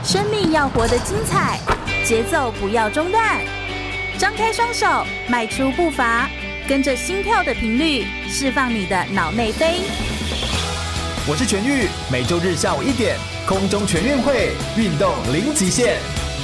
生命要活得精彩，节奏不要中断。张开双手，迈出步伐，跟着心跳的频率，释放你的脑内啡。 我是全玉，每周日下午1点，空中全运会，运动零极限。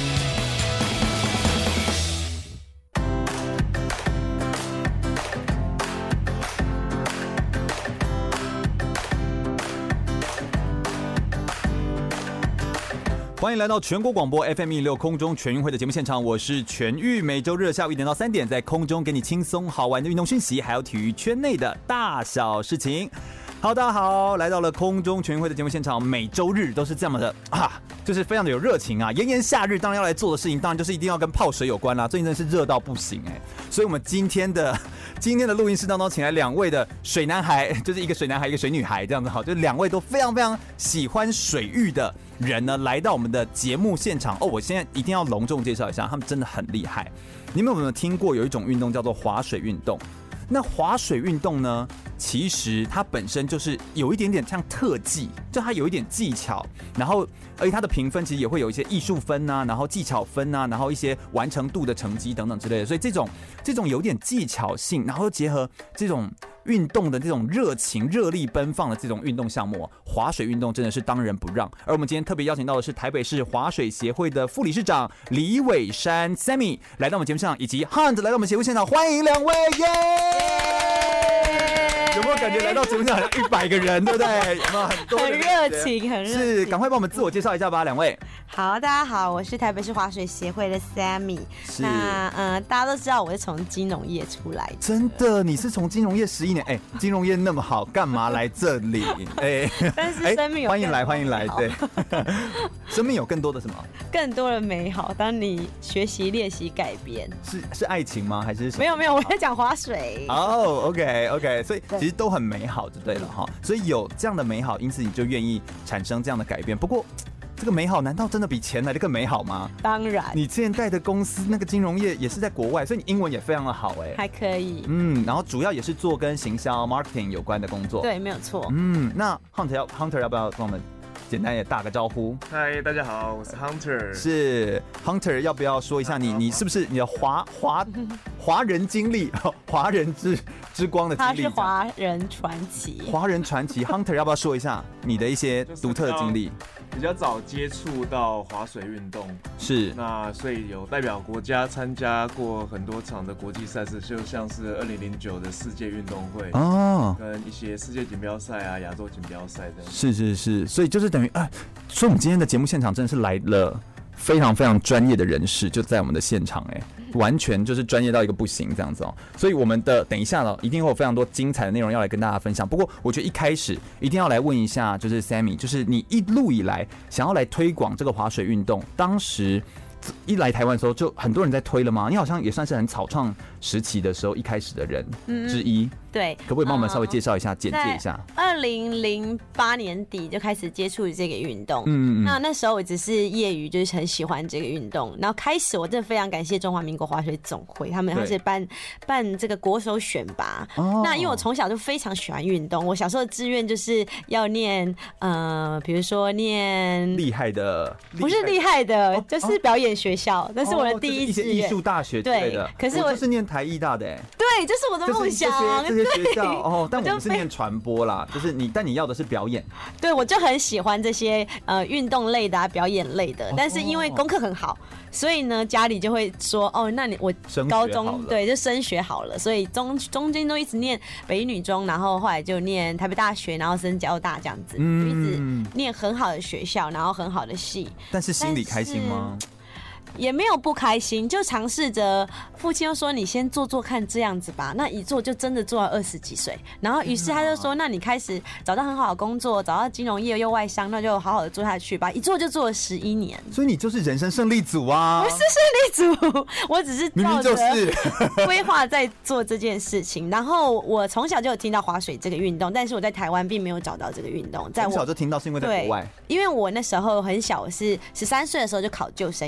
欢迎来到全国广播 FM106空中全运会的节目现场，我是全玉，每周日下午1点到3点，在空中给你轻松好玩的运动讯息，还有体育圈内的大小事情。好，大家好，来到了空中全运会的节目现场，每周日都是这么的就是非常的有热情啊！炎炎夏日，当然要来做的事情，当然就是一定要跟泡水有关啦。最近真的是热到不行所以我们今天的录音室当中，请来2位的水男孩，就是一个水男孩，一个水女孩，这样子好，就2位都非常非常喜欢水域的人呢，来到我们的节目现场我现在一定要隆重介绍一下，他们真的很厉害。你们有没有听过有一种运动叫做滑水运动？那滑水运动呢，其实它本身就是有一点点像特技，就它有一点技巧，然后而且它的评分其实也会有一些艺术分啊，然后技巧分啊，然后一些完成度的成绩等等之类的。所以这种有点技巧性，然后又结合这种运动的这种热情、热力奔放的这种运动项目，滑水运动真的是当仁不让。而我们今天特别邀请到的是台北市滑水协会的副理事长李伟山 Sammy 来到我们节目现场，以及 Hunt 来到我们节目现场，欢迎2位有没有感觉来到节目上好像100个人，对不对？有没有很多很热情，很热情。 是，赶快帮我们自我介绍一下吧，2位。 好，大家好，我是台北市滑水协会的 Sammy。那大家都知道我是从金融业出来的。 真的，你是从金融业11年，金融业那么好，干嘛来这里？ 但是生命有欢迎来，欢迎来，对。生命有更多的什么？ 更多的美好。当你学习、练习、改变， 是爱情吗？还是什么？ 没有，我在讲滑水。 OK， 所以其实都很美好，就对了哈。所以有这样的美好，因此你就愿意产生这样的改变。不过，这个美好难道真的比钱来的更美好吗？ 当然， 你之前带的公司那个金融业也是在国外，所以你英文也非常的好还可以。 然后主要也是做跟行销 marketing 有关的工作。 对，没有错。 那 Hunter 要不要跟我们简单也打个招呼？ 嗨，大家好，我是 Hunter。 是 Hunter， 要不要说一下你是不是你的华人经历，华人之光的经历？ 他是华人传奇。 华人传奇 Hunter， 要不要说一下你的一些独特的经历？ 比较早接触到滑水运动， 是那所以有代表国家参加过很多场的国际赛事，就像是2009的世界运动会跟一些世界锦标赛啊、亚洲锦标赛的。是， 所以就是等于所以我们今天的节目现场真的是来了非常非常专业的人士，就在我们的现场完全就是专业到一个不行这样子所以我们的等一下一定会有非常多精彩的内容要来跟大家分享。不过我觉得一开始一定要来问一下，就是 Sammy， 就是你一路以来想要来推广这个滑水运动，当时一来台湾的时候就很多人在推了吗？你好像也算是很草创时期的时候一开始的人之一。 对， 可不可以帮我们稍微介绍一下、简介一下 ？2008年底就开始接触这个运动，那时候我只是业余，就是很喜欢这个运动。然后开始我真的非常感谢中华民国滑水总会，他们是办这个国手选拔。那因为我从小就非常喜欢运动，我小时候的志愿就是要念比如说念厉害的， 不是厉害的，就是表演学校，那是我的第一志愿。 一些艺术大学之类的。 可是我就是念台艺大的对，这是我的梦想。 这些学校但我们是念传播啦，就是但你要的是表演。 对，我就很喜欢这些运动类的表演类的，但是因为功课很好，所以呢家里就会说那我高中对就升学好了，所以中间都一直念北一女中，然后后来就念台北大学，然后升交大这样子，就一直念很好的学校，然后很好的系。 但是心里开心吗？ 也没有不开心，就尝试着。父亲又说：“你先做做看，这样子吧。”那一做就真的做到20几岁。然后于是他就说：“那你开始找到很好的工作，找到金融业又外商，那就好好的做下去吧。”一做就做了11年。 所以你就是人生胜利组啊！ 不是胜利组，我只是照着规划在做这件事情。然后我从小就有听到滑水这个运动，但是我在台湾并没有找到这个运动。 从小就听到是因为在国外？ 因为我那时候很小，我是13岁的时候就考救生员。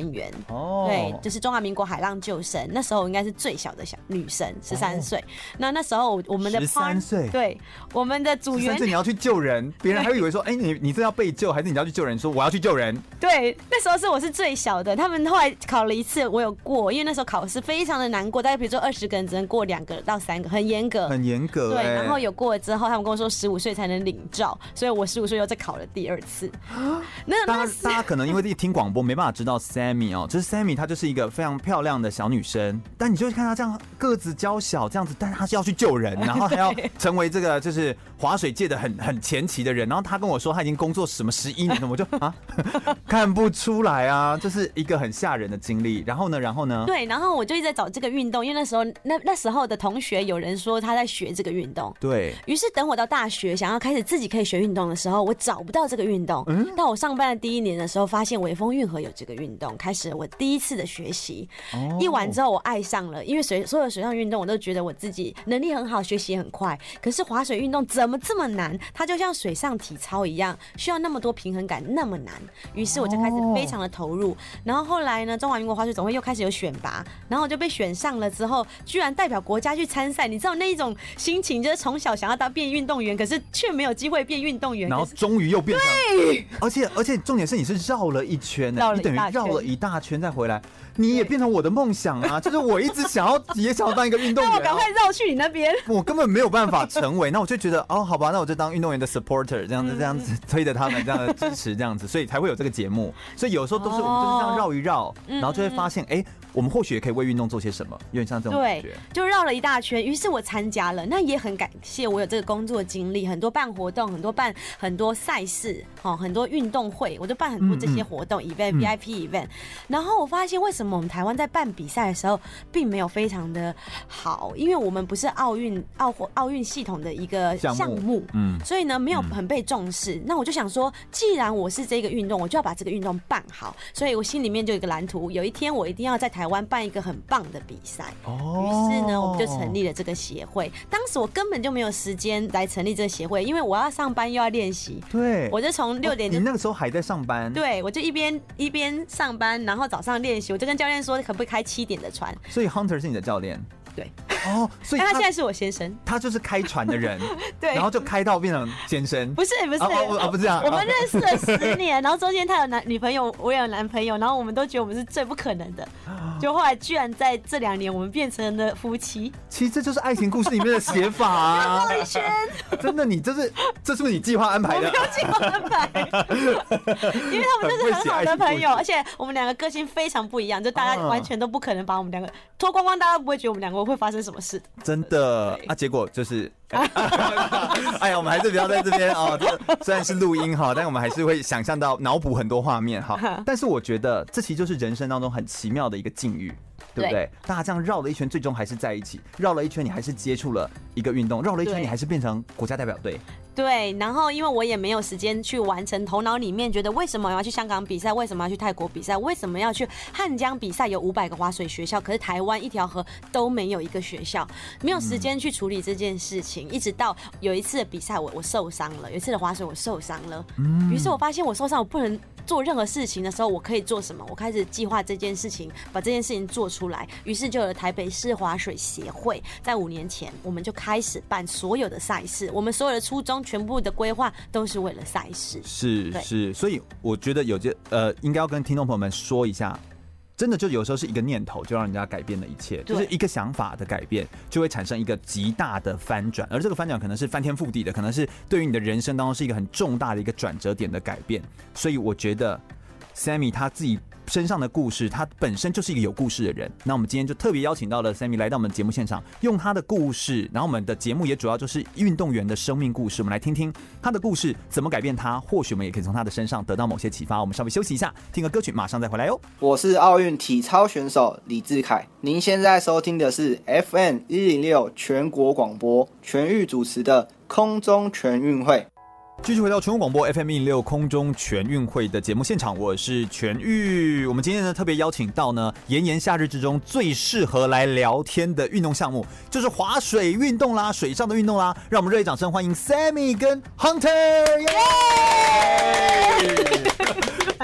对，就是中华民国海浪救生，那时候我应该是最小的女生，13岁。那时候我们的 13岁， 对，我们的组员， 13岁你要去救人，别人还会以为说，你这要被救，还是你要去救人？说我要去救人。 对，那时候我是最小的，他们后来考了一次，我有过，因为那时候考试非常的难过，大概比如说20个人只能过2个到3个，很严格， 很严格。 对，然后有过了之后，他们跟我说15岁才能领照，所以我15岁又再考了第2次。 大家可能因为听广播没办法知道 Sammy 哦，就是 Sammy 她就是一个非常漂亮的小女生，但你就会看她这样个子娇小这样子，但是她是要去救人，然后还要成为这个就是滑水界的很前期的人。然后她跟我说她已经工作什么11年了，我就看不出来啊，这是一个很吓人的经历。然后呢？ 对，然后我就一直在找这个运动，因为那时候的同学有人说他在学这个运动， 对于是等我到大学想要开始自己可以学运动的时候，我找不到这个运动。到我上班的第1年的时候，发现微风运河有这个运动，开始了我第一次的学习。一完之后我爱上了，因为所有水上运动我都觉得我自己能力很好，学习也很快。可是滑水运动怎么这么难？它就像水上体操一样，需要那么多平衡感，那么难。于是我就开始非常的投入。然后后来呢，中华民国滑水总会又开始有选拔，然后我就被选上了之后，居然代表国家去参赛。你知道那一种心情，就是从小想要变运动员，可是却没有机会变运动员， 然后终于又变成，对，而且重点是你是绕了一圈，你等于绕了一大圈再回来，你也变成我的梦想啊！就是我一直也想要当一个运动员， 那我赶快绕去你那边， 我根本没有办法成为，那我就觉得好吧，那我就当运动员的 supporter， 这样子推着他们，这样的支持，这样子，所以才会有这个节目。所以有时候都是我们就是这样绕一绕，然后就会发现，我们或许也可以为运动做些什么，有点像这种感觉。 对，就绕了一大圈，于是我参加了，那也很感谢我有这个工作经历，很多办活动，很多赛事，很多运动会，我就办很多这些活动event VIP event。然后我发现为什么我们台湾在办比赛的时候并没有非常的好，因为我们不是奥运系统的一个项目，所以呢没有很被重视。那我就想说，既然我是这个运动，我就要把这个运动办好，所以我心里面就有一个蓝图，有一天我一定要在台湾办一个很棒的比赛。于是呢，我们就成立了这个协会。当时我根本就没有时间来成立这个协会，因为我要上班又要练习。 对， 我就从6点， 你那个时候还在上班？ 对，我就一边上班，然后早上练习。我就跟教练说，可不可以开7点的船？ 所以 Hunter 是你的教练？ 对。 所以他现在是我先生， 他就是开船的人， 对， 然后就开到变成先生。 不是，不是这样。 我们认识了10年，然后中间他有女朋友，我也有男朋友，然后我们都觉得我们是最不可能的，就后来居然在这2年我们变成了夫妻。 其实这就是爱情故事里面的写法啊！ 绕一圈， 真的，这是不是你计划安排的？ 我没有计划安排，因为他们就是很好的朋友，而且我们2个个性非常不一样，就大家完全都不可能把我们2个脱光光，大家不会觉得我们2个会发生什么事。 真的结果就是哎呀，我们还是不要在这边这虽然是录音但我们还是会想象到脑补很多画面但是我觉得这其实就是人生当中很奇妙的一个境遇，对不对？大家这样绕了一圈，最终还是在一起。绕了一圈，你还是接触了一个运动；绕了一圈，你还是变成国家代表队。 对，然后因为我也没有时间去完成，头脑里面觉得为什么要去香港比赛，为什么要去泰国比赛，为什么要去汉江比赛？有500个滑水学校，可是台湾一条河都没有一个学校，没有时间去处理这件事情。一直到有一次的比赛，我受伤了，有一次的滑水我受伤了，于是我发现我受伤，我不能做任何事情的时候，我可以做什么？我开始计划这件事情，把这件事情做出来。于是就有了台北市滑水协会，在5年前，我们就开始办所有的赛事。我们所有的初衷，全部的规划都是为了赛事。 是，所以我觉得应该要跟听众朋友们说一下。真的就有时候是一个念头就让人家改变了一切，就是一个想法的改变就会产生一个极大的翻转，而这个翻转可能是翻天覆地的，可能是对于你的人生当中是一个很重大的一个转折点的改变。所以我觉得 Sammy 他自己身上的故事，他本身就是一个有故事的人。那我们今天就特别邀请到了 Sammy 来到我们节目现场，用他的故事，然后我们的节目也主要就是运动员的生命故事，我们来听听他的故事怎么改变他，或许我们也可以从他的身上得到某些启发。我们稍微休息一下，听个歌曲，马上再回来哟。 我是奥运体操选手李志凯，您现在收听的是 FM106 全国广播全域主持的空中全运会。 继续回到全国广播 FM106 空中全运会的节目现场，我是全玉。我们今天呢特别邀请到呢炎炎夏日之中最适合来聊天的运动项目，就是滑水运动啦，水上的运动啦。让我们热烈掌声欢迎 Sammy 跟 Hunter！ 耶！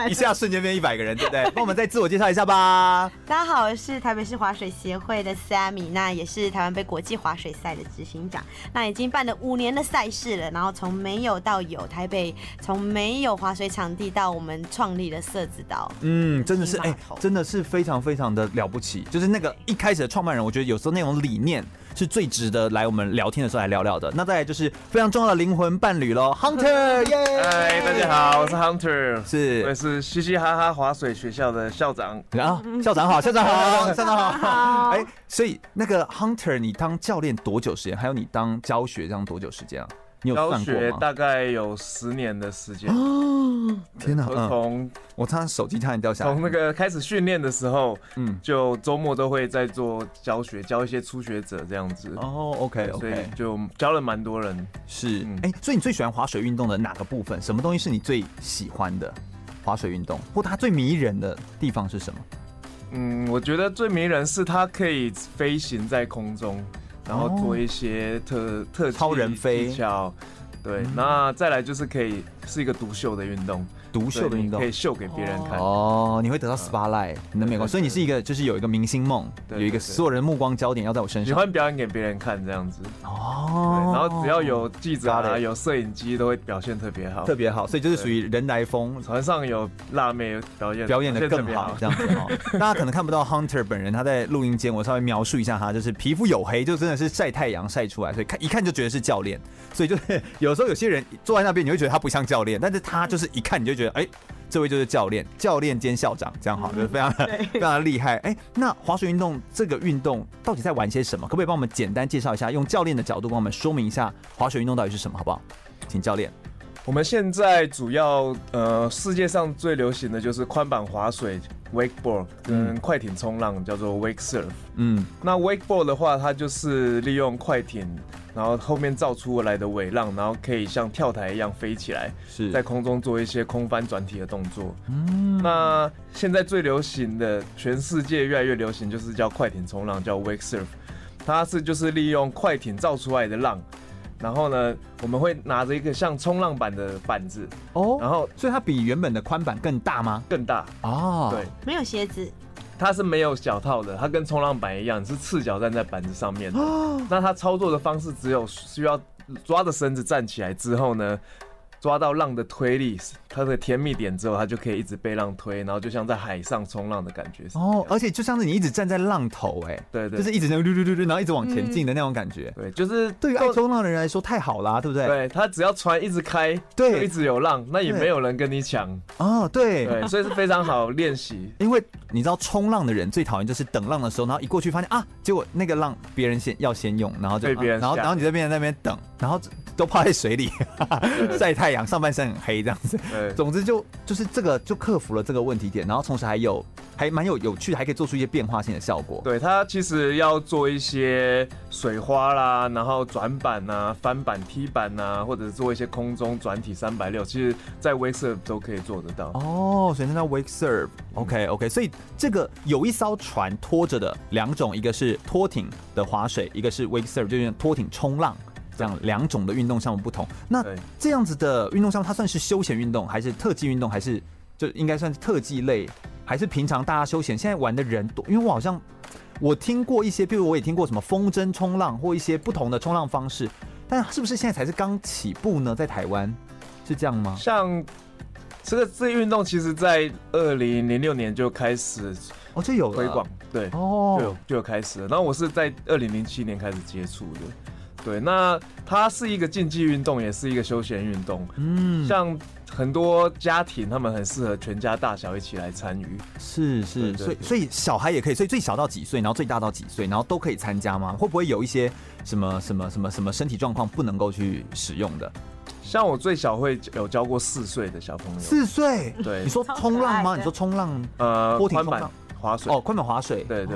一下瞬间变100个人，对不对？那我们再自我介绍一下吧。 大家好，我是台北市滑水协会的 Sammy， 那也是台湾杯国际滑水赛的执行长。那已经办了5年的赛事了，然后从没有到有，台北从没有滑水场地到我们创立了社子岛。 真的是真的是非常非常的了不起。就是那个一开始的创办人，我觉得有时候那种理念是最值得来我们聊天的时候来聊聊的。那再来就是非常重要的灵魂伴侣咯 ，Hunter， 耶！ 嗨，大家好，我是 Hunter， 我是也是嘻嘻哈哈滑水学校的校长。 校长好，校长好，校长好。所以那个 Hunter， 你当教练多久时间？还有你当教学这样多久时间啊？你有算过吗？ 教学大概有10年的时间。 天哪！我差点手机差点掉下来。 从那个开始训练的时候，就周末都会在做教学，教一些初学者这样子。 OK， 所以就教了蛮多人。 是，所以你最喜欢滑水运动的哪个部分？什么东西是你最喜欢的滑水运动？或它最迷人的地方是什么？ 我觉得最迷人是它可以飞行在空中。然后做一些特超人飞技巧，对，那再来就是可以是一个独秀的运动，可以秀给别人看。 你会得到 spotlight， 你的美光，所以你是一个就是有一个明星梦，有一个所有人目光焦点要在我身上， 喜欢表演给别人看这样子。然后只要有记者啊，有摄影机，都会表现特别好， 特别好，所以就是属于人来疯。 船上有辣妹表演的更好，这样子大家可能看不到 Hunter 本人，他在录音间，我稍微描述一下他，就是皮肤黝黑，就真的是晒太阳晒出来，所以一看就觉得是教练。所以就是有时候有些人坐在那边，你会觉得他不像教练，但是他就是一看你就觉得，这位就是教练兼校长，这样好，就是非常的厉害。那滑水运动这个运动到底在玩些什么？可不可以帮我们简单介绍一下，用教练的角度帮我们说明一下滑水运动到底是什么，好不好？请教练。 我们现在主要世界上最流行的就是宽板滑水 wakeboard 跟快艇冲浪，叫做 wake surf。那 wakeboard 的话，它就是利用快艇，然后后面造出来的尾浪，然后可以像跳台一样飞起来，在空中做一些空翻转体的动作。那现在最流行的，全世界越来越流行，就是叫快艇冲浪，叫 wake surf。它就是利用快艇造出来的浪。然后呢，我们会拿着一个像冲浪板的板子，然后所以它比原本的宽板更大吗？ 更大对， 没有鞋子， 它是没有脚套的，它跟冲浪板一样，是赤脚站在板子上面的。那它操作的方式只有需要抓着绳子站起来之后呢，抓到浪的推力，它的甜蜜点之后，它就可以一直被浪推，然后就像在海上冲浪的感觉。 而且就像是你一直站在浪头， 对， 就是一直溜溜溜溜，然后一直往前进的那种感觉。 对，就是对于爱冲浪的人来说太好啦，对不对？ 对，他只要船一直开，就一直有浪，那也没有人跟你抢。对，所以是非常好练习。 因为你知道冲浪的人最讨厌就是等浪的时候，然后一过去发现结果那个浪别人要先用，然后就被别人然后你在那边等，然后都泡在水里晒太阳，上半身很黑这样子。总之就是这个就克服了这个问题点，然后同时还蛮有趣的，还可以做出一些变化性的效果。 对，它其实要做一些水花啦，然后转板啊、翻板、踢板啊，或者是做一些空中转体360，其实在 wake surf 都可以做得到。 所以那叫 wake surf。OK， 所以这个有一艘船拖着的2种，一个是拖艇的划水，一个是 wake surf， 就是拖艇冲浪。这样2种的运动项目不同，那这样子的运动项目，它算是休闲运动，还是特技运动，还是就应该算是特技类，还是平常大家休闲？现在玩的人多，因为我听过一些，比如我也听过什么风筝冲浪或一些不同的冲浪方式，但是不是现在才是刚起步呢？在台湾是这样吗？ 像这个运动，其实在2006年就开始就有推广，对，就有开始了。然后我是在2007年开始接触的。对，那它是一个竞技运动，也是一个休闲运动。像很多家庭，他们很适合全家大小一起来参与。 是，所以小孩也可以，所以最小到几岁，然后最大到几岁，然后都可以参加吗？会不会有一些什么身体状况不能够去使用的？ 像我最小会有教过4岁的小朋友。 4岁？ 对。 你说冲浪吗？你说冲浪？拖艇冲浪滑水。 宽板滑水。 对。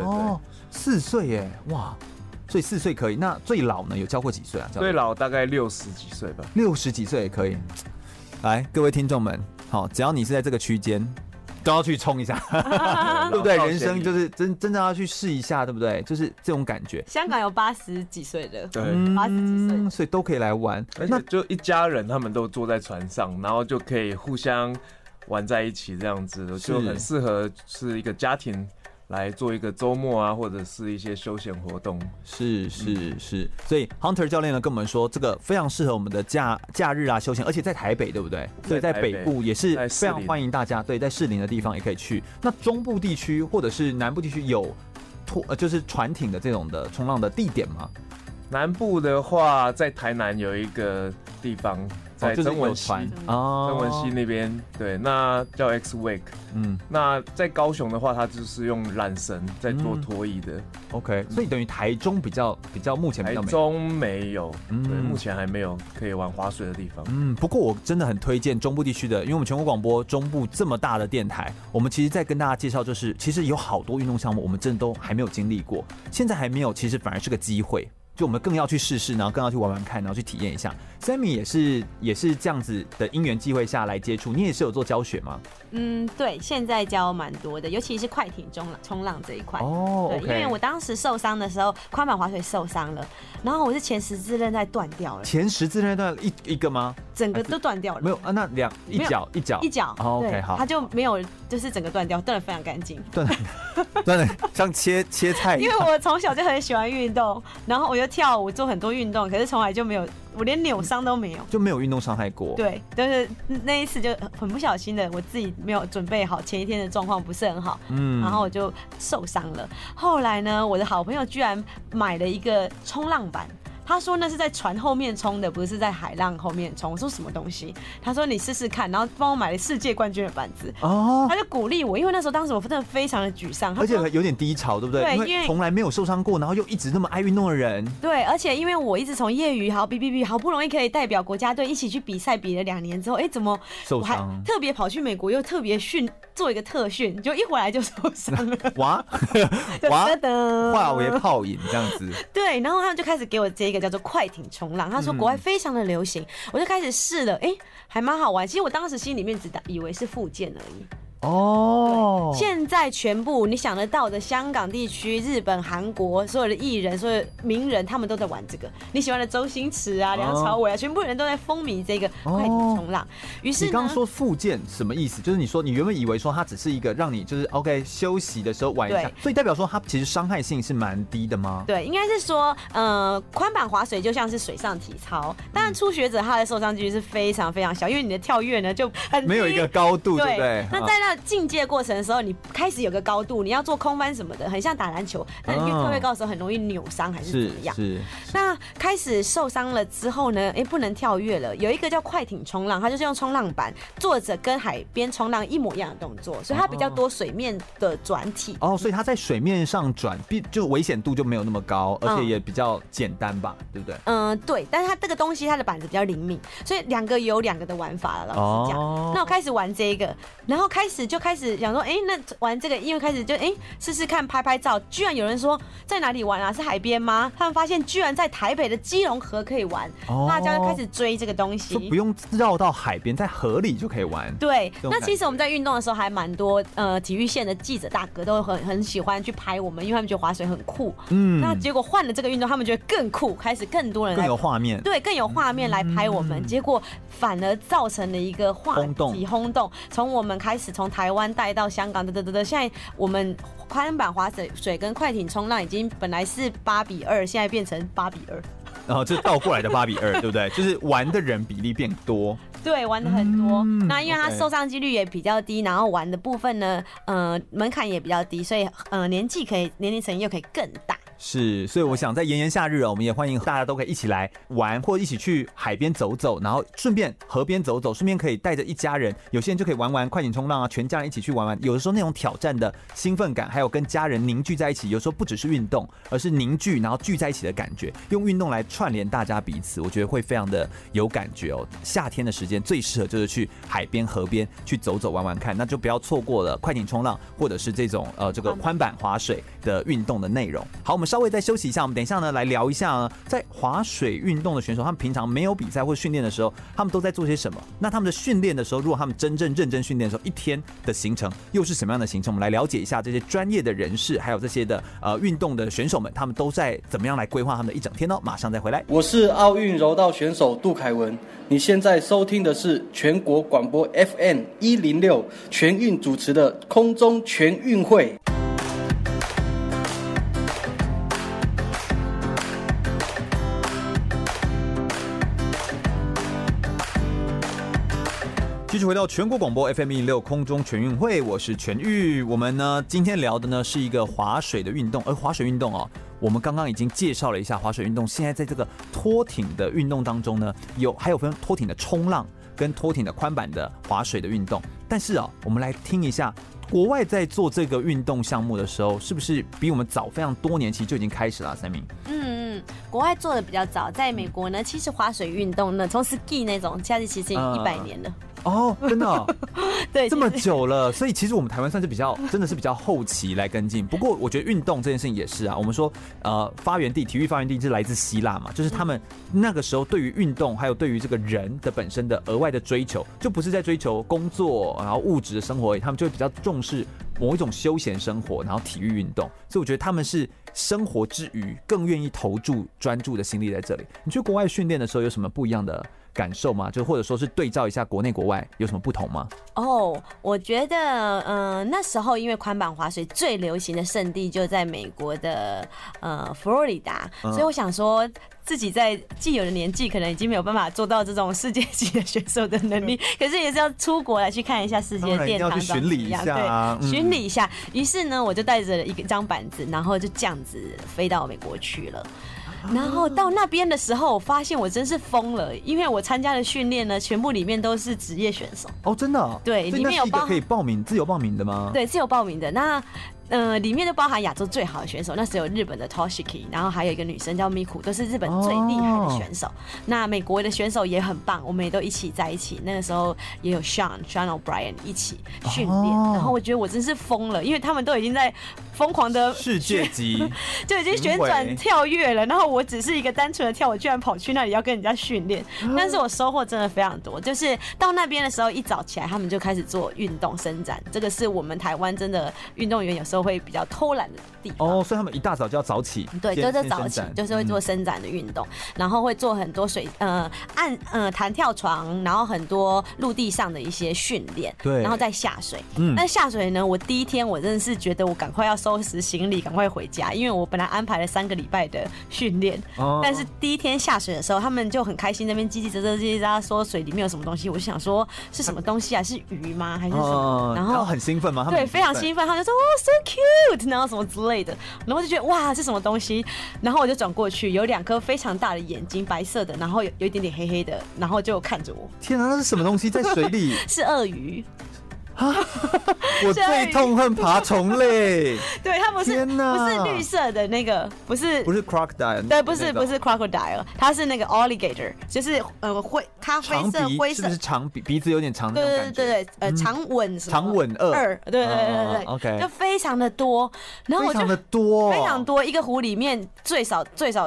4岁耶，哇！所以4岁可以，那最老呢？有教过几岁啊？ 最老大概60几岁吧。 60几岁也可以。来，各位听众们，好，只要你是在这个区间，都要去冲一下，对不对？人生就是真正要去试一下，对不对？就是这种感觉。 香港有80几岁的， 对 ，80几岁， 所以都可以来玩。 而且就一家人，他们都坐在船上，然后就可以互相玩在一起这样子，就很适合是一个家庭来做一个周末啊，或者是一些休闲活动。 是，所以 Hunter 教练呢跟我们说，这个非常适合我们的假日啊休闲，而且在台北对不对？所以在北部也是非常欢迎大家，对，在士林的地方也可以去。那中部地区或者是南部地区有就是船艇的这种的冲浪的地点吗？ 南部的话，在台南有一个地方，在曾文溪，曾文溪那边，对，那叫 X Wake。那在高雄的话，它就是用缆绳在做拖曳的。 OK， 所以等于台中比较目前比较没有。 台中没有，对，目前还没有可以玩滑水的地方。 不过我真的很推荐中部地区的，因为我们全国广播中部这么大的电台，我们其实在跟大家介绍，就是其实有好多运动项目，我们真的都还没有经历过，现在还没有，其实反而是个机会。就我们更要去试试，然后更要去玩玩看，然后去体验一下。Sammy 也是这样子的因缘际会下来接触，你也是有做教学吗？ 对，现在教蛮多的，尤其是快艇冲浪这一块。对，因为我当时受伤的时候，宽板滑水受伤了，然后我是前十字韧带断掉了。 前十字韧带一个吗？ 整个都断掉了。 没有啊，那一脚。OK， 好， 它就没有，就是整个断掉，断得非常干净。 断的像切菜一样。 因为我从小就很喜欢运动，然后我就跳舞做很多运动，可是从来就没有，我连扭伤都没有， 就没有运动伤害过。 对，就是那一次就很不小心的，我自己没有准备好，前一天的状况不是很好，然后我就受伤了。后来呢，我的好朋友居然买了一个冲浪板。他说那是在船后面冲的，不是在海浪后面冲。我说什么东西？他说你试试看，然后帮我买了世界冠军的板子。他就鼓励我，因为当时我真的非常的沮丧， 而且有点低潮，对不对？对，因为从来没有受伤过，然后又一直那么爱运动的人。 对，而且因为我一直从业余好不容易可以代表国家队一起去比赛，比了2年之后，怎么受伤？ 我还特别跑去美国，又特别做一个特训，就一回来就受伤了。 哇，化为泡影这样子。 对，然后他们就开始给我这个叫做快艇冲浪，他说国外非常的流行，我就开始试了，还蛮好玩。其实我当时心里面只以为是复健而已。现在全部你想得到的香港地区、日本、韩国所有的艺人、所有的名人，他们都在玩这个。你喜欢的周星驰啊、梁朝伟啊，全部人都在风靡这个快艇冲浪。于是你刚刚说复健什么意思？就是你原本以为说它只是一个让你就是 OK 休息的时候玩一下，所以代表说它其实伤害性是蛮低的吗？ 对，应该是说宽板滑水就像是水上体操，当然初学者他的受伤几率是非常非常小，因为你的跳跃呢就很低， 没有一个高度，对不对？ 那在那进阶过程的时候，你开始有个高度，你要做空翻什么的，很像打篮球，但越跳越高的时候很容易扭伤还是怎么样？是。那开始受伤了之后呢，不能跳跃了，有一个叫快艇冲浪，它就是用冲浪板做着跟海边冲浪一模一样的动作，所以它比较多水面的转体。 所以它在水面上转，就危险度就没有那么高，而且也比较简单吧，对不对？ 对。但是它这个东西它的板子比较灵敏，所以两个有两个的玩法了。老实讲，那我开始玩这个，然后开始想说，那玩这个，因为开始就试试看拍照，居然有人说在哪里玩啊？是海边吗？他们发现居然在台北的基隆河可以玩，大家就开始追这个东西， 就不用绕到海边，在河里就可以玩。 对，那其实我们在运动的时候还蛮多体育线的记者大哥都很喜欢去拍我们，因为他们觉得滑水很酷。那结果换了这个运动，他们觉得更酷，开始更多人更有画面， 对，更有画面来拍我们，结果反而造成了一个话题轰动，从我们开始从台湾带到香港，现在我们宽板滑水跟快艇冲浪已经本来是8:2，现在变成8:2， 然后这倒过来的8:2，对不对？就是玩的人比例变多， 对，玩的很多。那因为他受伤几率也比较低，然后玩的部分呢，门槛也比较低，所以年龄层又可以更大。 是，所以我想在炎炎夏日我们也欢迎大家都可以一起来玩，或者一起去海边走走，然后顺便河边走走，顺便可以带着一家人，有些人就可以玩快艇冲浪啊，全家人一起去玩。有的时候那种挑战的兴奋感，还有跟家人凝聚在一起，有时候不只是运动，而是凝聚然后聚在一起的感觉，用运动来串联大家彼此，我觉得会非常的有感觉哦。夏天的时间最适合就是去海边、河边去走走玩玩看，那就不要错过了快艇冲浪或者是这种这个宽板滑水的运动的内容。好，我们稍微再休息一下，我们等一下呢来聊一下呢，在滑水运动的选手，他们平常没有比赛或训练的时候，他们都在做些什么？那他们的训练的时候，如果他们真正认真训练的时候，一天的行程又是什么样的行程？我们来了解一下这些专业的人士，还有这些的运动的选手们，他们都在怎么样来规划他们的一整天呢？马上再回来。 我是奥运柔道选手杜凯文，你现在收听的是全国广播 FM106全运主持的空中全运会。 继续回到全国广播 FM106空中全运会，我是全玉。我们呢今天聊的呢是一个滑水的运动，而滑水运动哦，我们刚刚已经介绍了一下滑水运动。现在在这个拖艇的运动当中呢，还有分拖艇的冲浪跟拖艇的宽板的滑水的运动。但是啊，我们来听一下国外在做这个运动项目的时候，是不是比我们早非常多年期就已经开始了？三明， 国外做的比较早，在美国呢，其实滑水运动呢，从 ski 那种，现在其实100年了。 哦，真的、哦， 对， 这么久了，所以其实我们台湾算是真的是比较后期来跟进。不过我觉得运动这件事情也是啊，我们说体育发源地是来自希腊嘛，就是他们那个时候对于运动还有对于这个人的本身的额外的追求，就不是在追求工作然后物质的生活而已，他们就会比较重视某一种休闲生活，然后体育运动。所以我觉得他们是生活之余更愿意投注专注的心力在这里。你去国外训练的时候有什么不一样的感受吗？就或者说是对照一下国内国外有什么不同吗？ 我觉得那时候因为宽板滑水最流行的圣地就在美国的佛罗里达，所以我想说自己在既有的年纪可能已经没有办法做到这种世界级的选手的能力，可是也是要出国来去看一下世界殿堂， 要去巡礼一下啊， 对，巡礼一下。于是呢，我就带着一张板子，然后就这样子飞到美国去了。然后到那边的时候，我发现我真是疯了，因为我参加的训练呢，全部里面都是职业选手。 哦，真的、哦？ 对，里面有可以报名、自由报名的吗？ 对，自由报名的。那里面就包含亚洲最好的选手，那时候有日本的 Toshiki， 然后还有一个女生叫 Miku， 都是日本最厉害的选手。那美国的选手也很棒，我们也都一起在一起。那个时候也有 Sean O'Brien 一起训练，然后我觉得我真是疯了，因为他们都已经在疯狂的世界级就已经旋转跳跃了，然后我只是一个单纯的跳，我居然跑去那里要跟人家训练。但是我收获真的非常多，就是到那边的时候一早起来，他们就开始做运动伸展，这个是我们台湾真的运动员有时候会比较偷懒的地方。 所以他们一大早就要早起， 对，就是早起，就是会做伸展的运动，然后会做很多弹跳床，然后很多陆地上的一些训练，对，然后再下水。那下水呢，我第一天我真的是觉得我赶快要收拾行李，赶快回家，因为我本来安排了3个礼拜的训练，但是第一天下水的时候，他们就很开心，那边叽叽喳喳说水里面有什么东西，我就想说是什么东西啊？是鱼吗？还是什么？然后很兴奋吗？ 对，非常兴奋，他们就说so cute， 然后什么之类的，然后就觉得哇，这什么东西？然后我就转过去，有2颗非常大的眼睛，白色的，然后有一点点黑黑的，然后就看着我。 天啊，那是什么东西在水里？ 是鳄鱼。 我最痛恨爬虫类。 对，它不是绿色的那个，不是 crocodile， 对，不是 crocodile， 它是那个 alligator， 就是咖啡色灰色， 是不是长鼻子有点长的那种感觉？ 对，长吻什么？ 长吻鳄， 对 ，OK， 就非常的多，然后我就非常多，一个湖里面最少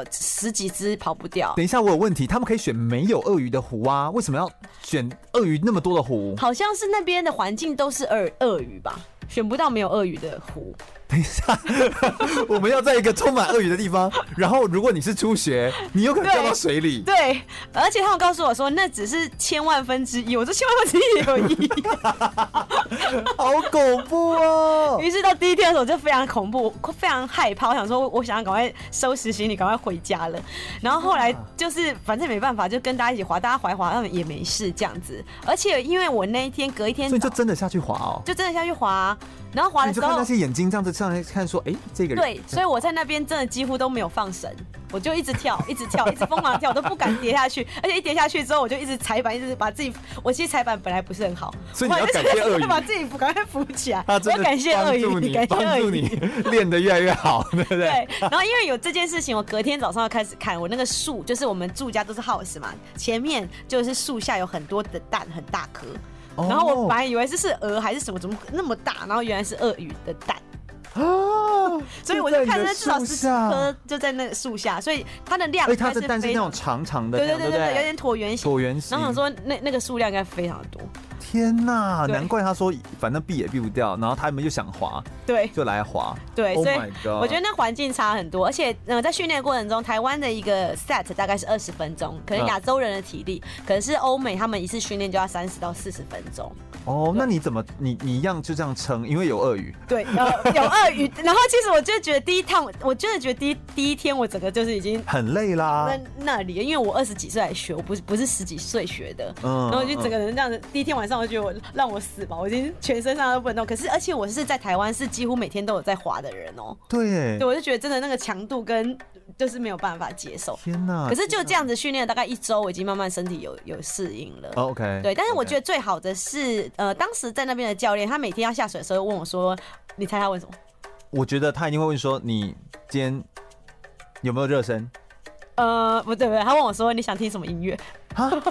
10几只跑不掉。 等一下，我有问题，他们可以选没有鳄鱼的湖啊？为什么要选鳄鱼那么多的湖？ 好像是那边的环境都是鳄鱼吧，选不到没有鳄鱼的湖。 等一下，我们要在一个充满鳄鱼的地方，然后如果你是初学，你有可能掉到水里。 对，而且他们告诉我说那只是1000万分之一，我说1000万分之一也有意义， 好恐怖哦！ 于是到第一天的时候我就非常恐怖，非常害怕，我想说我想要赶快收拾行李，赶快回家了。然后后来就是反正没办法，就跟大家一起滑，大家滑一滑，他们也没事这样子。而且因为我那一天隔一天， 所以就真的下去滑哦， 就真的下去滑。然后滑的时候， 你就看那些眼睛这样子上来看说，这个人对，所以我在那边真的几乎都没有放绳，我就一直跳，一直疯狂的跳，我都不敢跌下去，而且一跌下去之后，我就一直踩板，一直把自己，我其实踩板本来不是很好， 所以你要感谢鳄鱼， 把自己赶快扶起来， 我要感谢鳄鱼， 帮助你练得越来越好，对不对？ 对。然后因为有这件事情，我隔天早上要开始看我那个树，就是我们住家都是 house 嘛，前面就是树下有很多的蛋，很大颗。然后我本来以为这是鹅还是什么，怎么那么大？然后原来是鳄鱼的蛋。 所以我就看那至少10颗就在那个树下，所以它的量， 它的蛋是那种长长的， 对，有点椭圆形，然后想说那个数量应该非常的多。 天哪，难怪他说反正避也避不掉，然后他们就想滑， 对， 就来滑， 对，所以我觉得那环境差很多，而且在训练过程中，台湾的一个 set 大概是20分钟，可能亚洲人的体力，可能是欧美他们一次训练就要30到40分钟。 哦，那你怎么你一样就这样撑？因为有鳄鱼， 对，有鳄鱼。然后其实我就觉得第一趟，我真的觉得第一天我整个就是已经很累啦。 那里，因为我20几岁来学，我不是10几岁学的，然后就整个人这样子。第一天晚上我就觉得让我死吧，我已经全身上都不能动。可是而且我是在台湾是几乎每天都有在滑的人哦。 对， 我就觉得真的那个强度跟就是没有办法接受。 天哪！ 可是就这样子训练大概1周，我已经慢慢身体有适应了。 OK。 对，但是我觉得最好的是当时在那边的教练，他每天要下水的时候问我说：“你猜他问什么？” 我觉得他一定会问说：“你今天有没有热身？” 不对，他问我说：“你想听什么音乐？”他说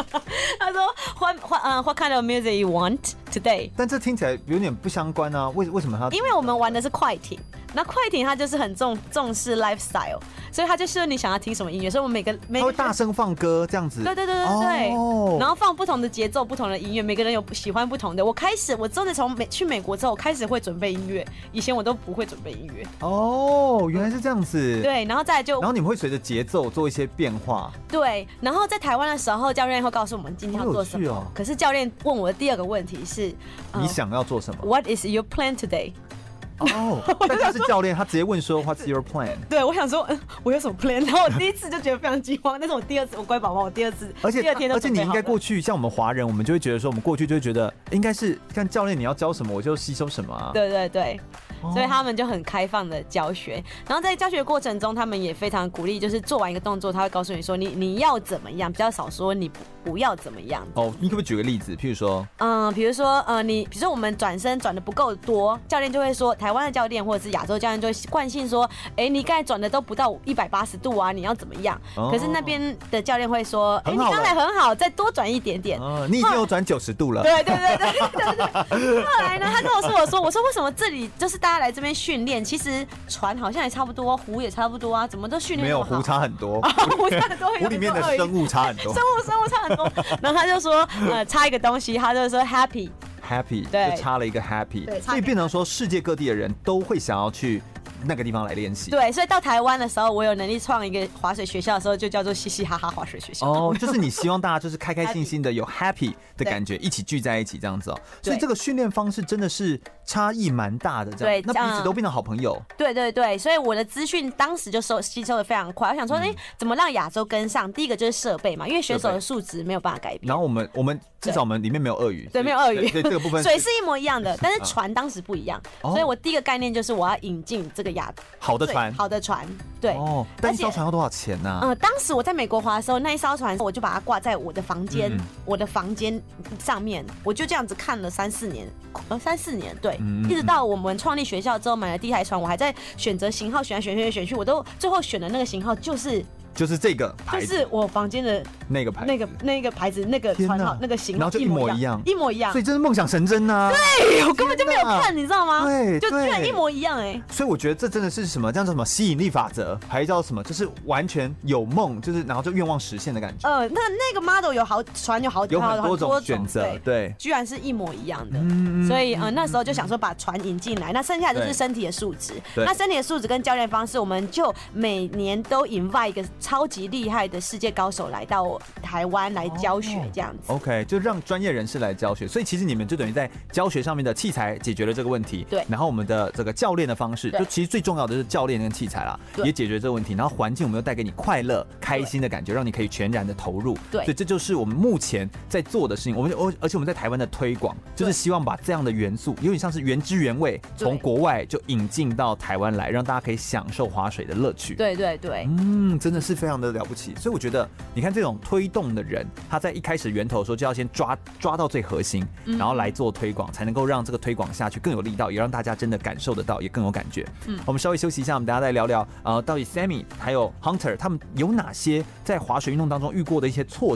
What kind of music you want today？ 但这听起来有点不相关啊，为什么他？ 因为我们玩的是快艇，那快艇它就是很重视 lifestyle， 所以他就是你想要听什么音乐，所以我们每个他会大声放歌这样子。 对，然后放不同的节奏、不同的音乐，每个人有喜欢不同的。我真的从去美国之后，我开始会准备音乐，以前我都不会准备音乐。 哦，原来是这样子。 对，然后再来然后你们会随着节奏做一些变化。 对，然后在台湾的时候，教练会告诉我们今天要做什么。可是教练问我的第2个问题是： 你想要做什么 ？What is your plan today？ 哦，但他是教练，他直接问说 What's your plan？ 对，我想说，我有什么 plan？ 然后我第一次就觉得非常惊慌，但是我第2次，我乖宝宝，我第2次， 而且你应该过去， 像我们华人，我们就会觉得说，我们过去就会觉得应该是看教练你要教什么，我就吸收什么啊。 对。所以他们就很开放的教学，然后在教学过程中，他们也非常鼓励，就是做完一个动作，他会告诉你说你要怎么样，比较少说你不要怎么样。 哦，你可不可以举个例子？譬如说， 比如说我们转身转的不够多，教练就会说，台湾的教练或者是亚洲教练就会惯性说，你刚才转的都不到180度啊，你要怎么样？可是那边的教练会说，你刚才很好，再多转一点点。 你已经有转90度了。 对。后来呢，他跟我说为什么这里就是大家来这边训练，其实船好像也差不多，湖也差不多啊，怎么都训练没有湖差很多， 湖差很多， 湖里面的生物差很多， 生物差很多。然后他就说差一个东西，他就说 happy， 对，就差了一个 happy， 所以变成说世界各地的人都会想要去那个地方来练习。 对，所以到台湾的时候，我有能力创一个滑水学校的时候，就叫做嘻嘻哈哈滑水学校。 哦，就是你希望大家就是开开心心的有 happy 的感觉，一起聚在一起这样子哦。所以这个训练方式真的是差异蛮大的，这样。对，那彼此都变成好朋友。 对，所以我的资讯当时就吸收的非常快。我想说，怎么让亚洲跟上？第一个就是设备嘛，因为选手的素质没有办法改变。 然后我们至少我们里面没有鳄鱼， 对，没有鳄鱼， 对这个部分水是一模一样的，但是船当时不一样，所以我第一个概念就是我要引进这个好的船，对。 哦，但一艘船要多少钱呢？ 当时我在美国滑的时候，那一艘船我就把它挂在我的房间，上面，我就这样子看了3、4年，对，一直到我们创立学校之后买了第1台船，我还在选择型号，选去，我都最后选的那个型号就是这个牌子， 就是我房间的那个牌子， 那个牌子，那个船号，那个型号， 然后就一模一样， 所以真是梦想成真啊！ 对，我根本就没有看，你知道吗？ 对， 就居然一模一样所以我觉得这真的是什么叫什么吸引力法则，还叫什么？就是完全有梦，就是然后就愿望实现的感觉。 那个 model 有很多种选择，对， 居然是一模一样的。所以那时候就想说把船引进来，那剩下的就是身体的素质。那身体的素质跟教练方式，我们就每年都 invite 一个超级厉害的世界高手来到台湾来教学，这样子。 OK， 就让专业人士来教学，所以其实你们就等于在教学上面的器材解决了这个问题， 对。 然后我们的这个教练的方式，就其实最重要的是教练跟器材啦，也解决这个问题。然后环境我们又带给你快乐、开心的感觉，让你可以全然的投入。 对， 所以这就是我们目前在做的事情。而且我们在台湾的推广，就是希望把这样的元素，有点像是原汁原味，从国外就引进到台湾来，让大家可以享受滑水的乐趣。 对， 真的是非常的了不起。所以我觉得，你看这种推动的人，他在一开始源头的时候就要先抓到最核心，然后来做推广，才能够让这个推广下去更有力道，也让大家真的感受得到，也更有感觉。我们稍微休息一下，我们大家再聊聊到底 Sammy 还有 Hunter 他们有哪些在滑水运动当中遇过的一些挫折，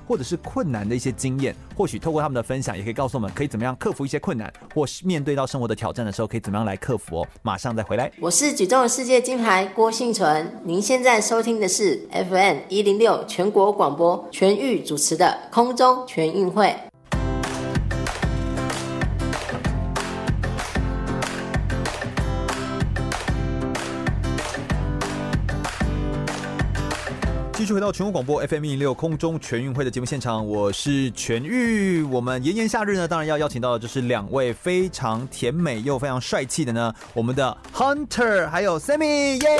或者是困难的一些经验，或许透过他们的分享，也可以告诉我们可以怎么样克服一些困难，或是面对到生活的挑战的时候，可以怎么样来克服哦。马上再回来。 我是举重世界金牌郭幸存，您现在收听的是 FM106全国广播全域主持的空中全运会。 继续回到全国广播 FM106空中全运会的节目现场，我是全玉。我们炎炎夏日呢，当然要邀请到的就是2位非常甜美又非常帅气的呢，我们的 Hunter 还有 Sammy， 耶！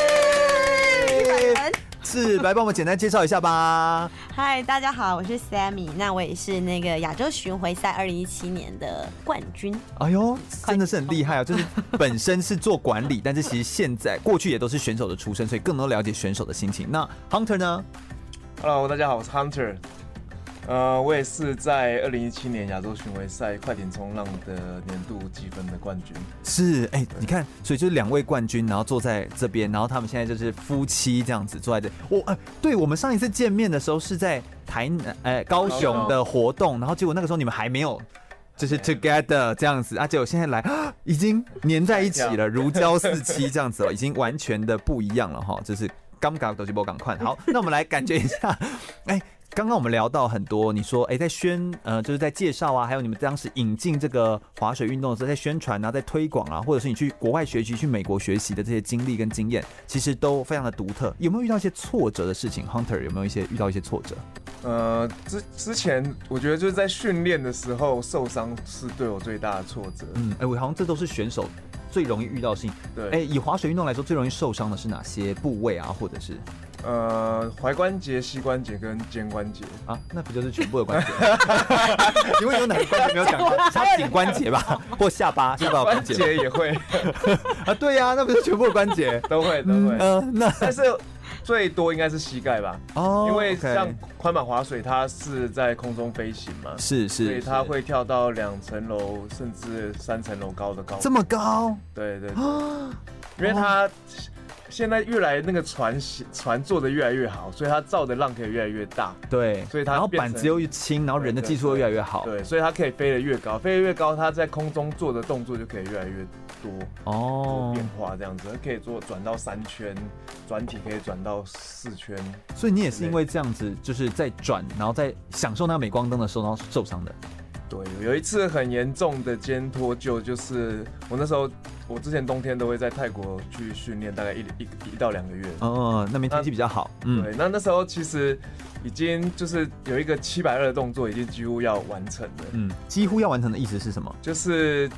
是，来帮我们简单介绍一下吧。 嗨，大家好，我是 Sammy， 那我也是那个亚洲巡回赛2017年的冠军。 哎呦，真的是很厉害啊！就是本身是做管理，但是其实现在过去也都是选手的出身，所以更能了解选手的心情。那 Hunter 呢 ？Hello， 大家好，我是 Hunter。我也是在2017年亚洲巡回赛快艇冲浪的年度积分的冠军。 是，你看，所以就是2位冠军，然后坐在这边，然后他们现在就是夫妻这样子坐在这。对，我们上一次见面的时候是在高雄的活动，然后结果那个时候你们还没有就是 together 这样子啊，结果现在来已经黏在一起了，如胶似漆这样子了，已经完全的不一样了哈，就是刚刚都是不赶快。好，那我们来感觉一下，刚刚我们聊到很多，你说在就是在介绍啊，还有你们当时引进这个滑水运动的时候，在宣传啊，在推广啊，或者是你去国外学习、去美国学习的这些经历跟经验，其实都非常的独特。有没有遇到一些挫折的事情 ？Hunter 有没有遇到一些挫折？ 之前我觉得就是在训练的时候受伤是对我最大的挫折。 我好像这都是选手最容易遇到的事情。 对， 以滑水运动来说，最容易受伤的是哪些部位啊，或者是？ 踝关节、膝关节跟肩关节啊，那不就是全部的关节？请问有哪个关节没有讲到？是颈关节吧，或下巴关节也会啊？对呀，那不是全部的关节都会。但是最多应该是膝盖吧？因为像宽板滑水，它是在空中飞行嘛， 是， 所以它会跳到2层楼甚至3层楼高的高度。 这么高？ 对，因为它现在越来那个船做的越来越好，所以它造的浪可以越来越大。 对， 所以它然后板子又越轻，然后人的技术又越来越好。 对，所以它可以飞得越高，飞得越高，它在空中做的动作就可以越来越多变化，这样子可以转到3圈，转体可以转到4圈。 所以你也是因为这样子，就是在转，然后在享受那个镁光灯的时候，然后受伤的。 对，有一次很严重的肩脱臼，就是我之前冬天都会在泰国去训练，大概1到2个月。 那边天气比较好。 对，那时候其实已经就是有一个720的动作，已经几乎要完成了。 几乎要完成的意思是什么？ 就是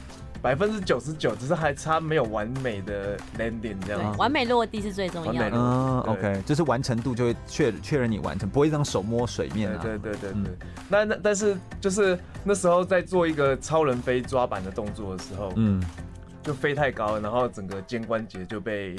99%，只是还差没有完美的 landing 这样子。 完美落地是最重要的。 OK， 就是完成度就会确认你完成，不会让手摸水面啊。 对。但是就是那时候在做一个超人飞抓板的动作的时候，就飞太高了，然后整个肩关节就被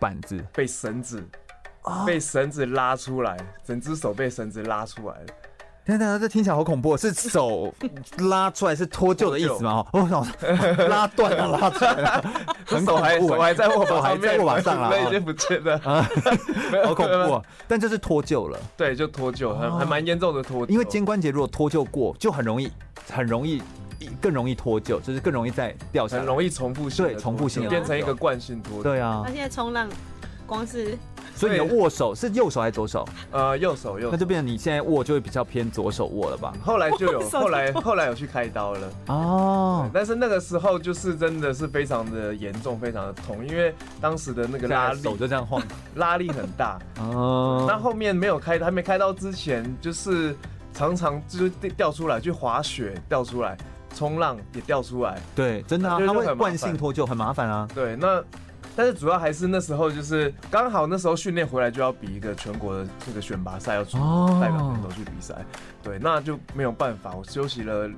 绳子拉出来，整只手被绳子拉出来了。 等等，这听起来好恐怖，是手拉出来是脱臼的意思吗？我想拉断了，拉出来了，很恐怖。 手还在握把上了， 已经不见了， 好恐怖。但就是脱臼了， 对，就脱臼，还蛮严重的脱臼。 因为肩关节如果脱臼过，就很容易，更容易脱臼，就是更容易再掉下来， 很容易重复性，对， 重复性变成一个惯性脱臼。 对啊， 那现在冲浪光是。 所以你的握手是右手还是左手？ 右手。那就变成你现在握就会比较偏左手握了吧？ 后来就有，后来有去开刀了哦。但是那个时候就是真的是非常的严重，非常的痛，因为当时的那个拉力手就这样晃， 拉力很大哦。那后面还没开刀之前，就是常常就是掉出来，去滑雪掉出来，冲浪也掉出来。 对，真的啊，它会惯性脱臼，很麻烦啊。 对，但是主要还是那时候就是刚好那时候训练回来就要比一个全国的这个选拔赛，要出代表选手去比赛。对，那就没有办法，我休息了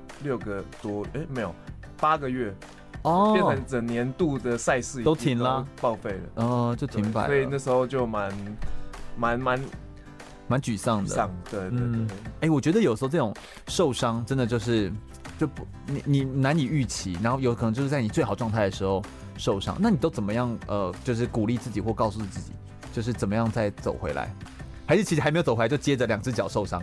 8个月，变成整年度的赛事都停了， 报废了， 就停摆了。 所以那时候就蛮沮丧的。 对。 我觉得有时候这种受伤真的就是你难以预期，然后有可能就是在你最好状态的时候受伤，那你都怎么样就是鼓励自己或告诉自己，就是怎么样再走回来？ 还是其实还没有走回来就接着2只脚受伤？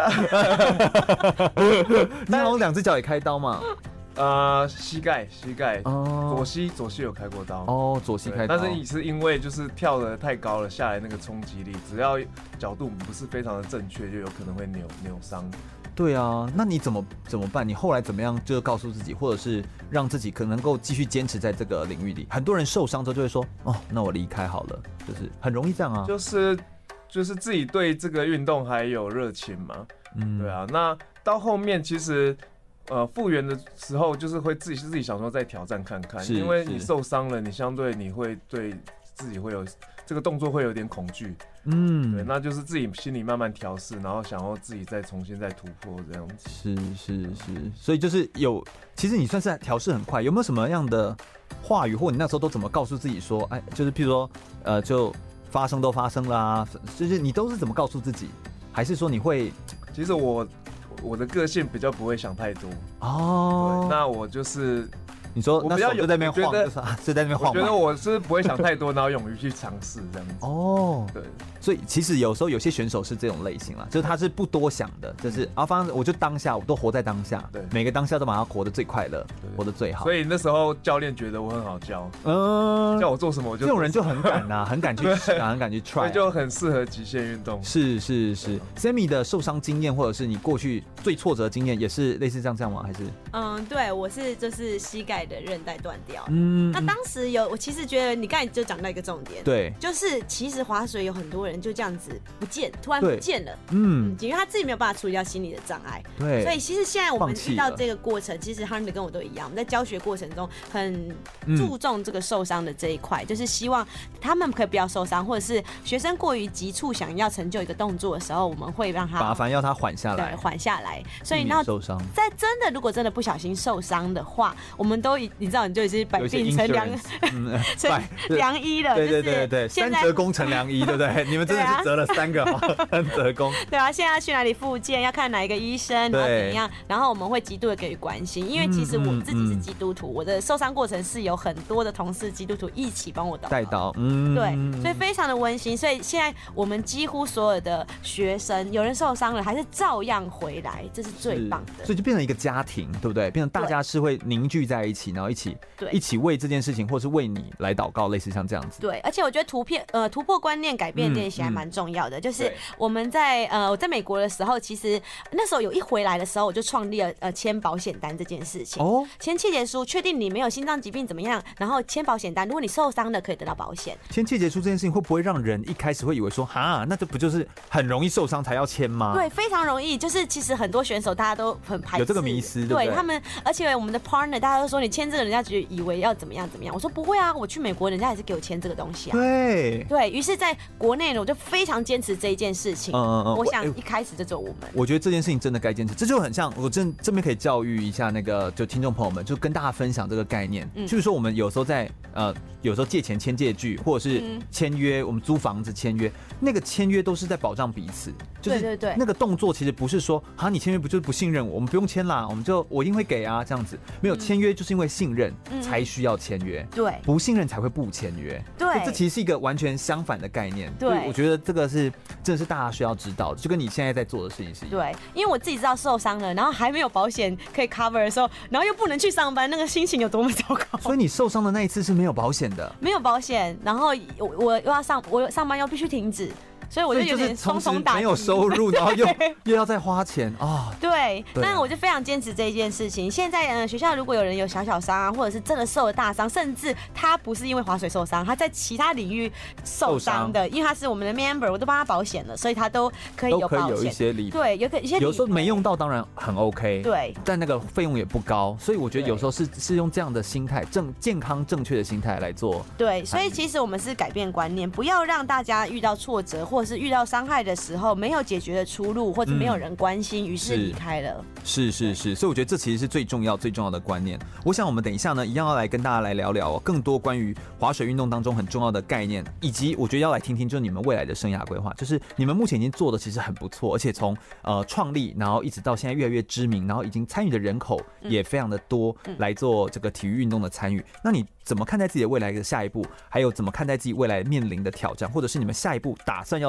你好像2只脚也开刀嘛？ 膝盖，左膝有开过刀。 哦，左膝开刀。 但是也是因为就是跳得太高了，下来那个冲击力，只要角度不是非常的正确，就有可能会扭伤。 对啊，那你怎么办？你后来怎么样就告诉自己，或者是让自己可能够继续坚持在这个领域里？很多人受伤之后就会说，哦，那我离开好了，就是很容易这样啊。 就是自己对这个运动还有热情嘛，对啊。那到后面其实。复原的时候，就是会自己想说再挑战看看，因为你受伤了，你相对你会对自己会有这个动作会有点恐惧，对，那就是自己心里慢慢调试，然后想要自己再重新再突破这样子。 是，所以就是其实你算是调试很快，有没有什么样的话语，或你那时候都怎么告诉自己说，哎，就是譬如说，就发生都发生啦，就是你都是怎么告诉自己，还是说你会？ 其实我的个性比较不会想太多哦， 那我就是你说那手就在那边晃，就在那边晃。 我觉得我是不会想太多，然后勇于去尝试这样子。 哦， 对， 所以其实有时候有些选手是这种类型啦，就是他是不多想的，就是反正我就当下，我都活在当下，对，每个当下都把它活得最快乐，活得最好。 所以那时候教练觉得我很好教，叫我做什么我就。 这种人就很敢啊，很敢去试啊，很敢去 try， 就很适合极限运动。 是 Sammy 的受伤经验，或者是你过去最挫折的经验，也是类似这样吗？还是？ 对，我是就是膝盖的韧带断掉。那当时我其实觉得你刚才就讲到一个重点， 对， 就是其实滑水有很多人就这样子突然不见了，因为他自己没有办法处理掉心理的障碍， 对， 所以其实现在我们遇到这个过程，其实 Hunter 跟我都一样，我们在教学过程中很注重这个受伤的这一块，就是希望他们可以不要受伤，或者是学生过于急促想要成就一个动作的时候，我们会让他麻烦要他缓下来， 对，缓下来。所以那在如果真的不小心受伤的话，我我们都你知道，你就已经百病成良医了。 对，三折肱成良医，对不对？你们真的是折了3个三折肱。 对啊，现在要去哪里复健，要看哪一个医生，然后怎么样，然后我们会极度的给予关心，因为其实我自己是基督徒，我的受伤过程是有很多的同事基督徒一起帮我带到， 对，所以非常的温馨。所以现在我们几乎所有的学生，有人受伤了还是照样回来，这是最棒的。 所以就变成一个家庭，对不对？变成大家是会凝聚在一起，然后一起为这件事情，或是为你来祷告，类似像这样子。 对，而且我觉得突破观念、改变练习还蛮重要的。就是我们我在美国的时候，其实那时候一回来的时候，我就创立了签保险单这件事情。签切结书，确定你没有心脏疾病怎么样，然后签保险单，如果你受伤了可以得到保险。 签切结书这件事情会不会让人一开始会以为说，哈，那这不就是很容易受伤才要签吗？ 对，非常容易。就是其实很多选手大家都很排斥， 有这个迷思，对他们，而且我们的 partner 大家都说你签这个，人家就以为要怎么样怎么样。我说不会啊，我去美国，人家也是给我签这个东西啊。对于是在国内呢，我就非常坚持这一件事情。我想一开始就只有我们。 我觉得这件事情真的该坚持，这就很像我这边可以教育一下那个就听众朋友们，就跟大家分享这个概念。就是说我们有时候有时候借钱签借据，或者是签约，我们租房子签约，那个签约都是在保障彼此。就是那个动作其实不是说你签约不就是不信任我们不用签啦，我一定会给啊这样子。没有签约就是因为信任才需要签约， 对， 不信任才会不签约。 对， 这其实是一个完全相反的概念。 对， 我觉得这个真的是大家需要知道的，就跟你现在在做的事情是一样。 对，因为我自己知道受伤了，然后还没有保险可以 cover 的时候，然后又不能去上班，那个心情有多么糟糕。 所以你受伤的那一次是没有保险的， 没有保险，然后我上班又必须停止。所以我就有点双重打击， 没有收入，然后又要再花钱啊。 对，那我就非常坚持这一件事情。现在学校如果有人有小伤啊，或者是真的受了大伤，甚至他不是因为滑水受伤，他在其他领域受伤的，因为他是我们的 member， 我都帮他保险了，所以他都可以有保险， 有一些理赔。 对，有时候没用到当然很 OK， 对， 但那个费用也不高，所以我觉得有时候是用这样的心态，健康正确的心态来做。 对，所以其实我们是改变观念，不要让大家遇到挫折或者是遇到伤害的时候没有解决的出路，或者没有人关心，于是离开了。 是，所以我觉得这其实是最重要的观念。我想我们等一下呢，一样要来跟大家来聊聊更多关于滑水运动当中很重要的概念，以及我觉得要来听听就是你们未来的生涯规划。就是你们目前已经做的其实很不错，而且从创立然后一直到现在越来越知名，然后已经参与的人口也非常的多，来做这个体育运动的参与。那你怎么看待自己的未来的下一步？还有怎么看待自己未来面临的挑战？或者是你们下一步打算要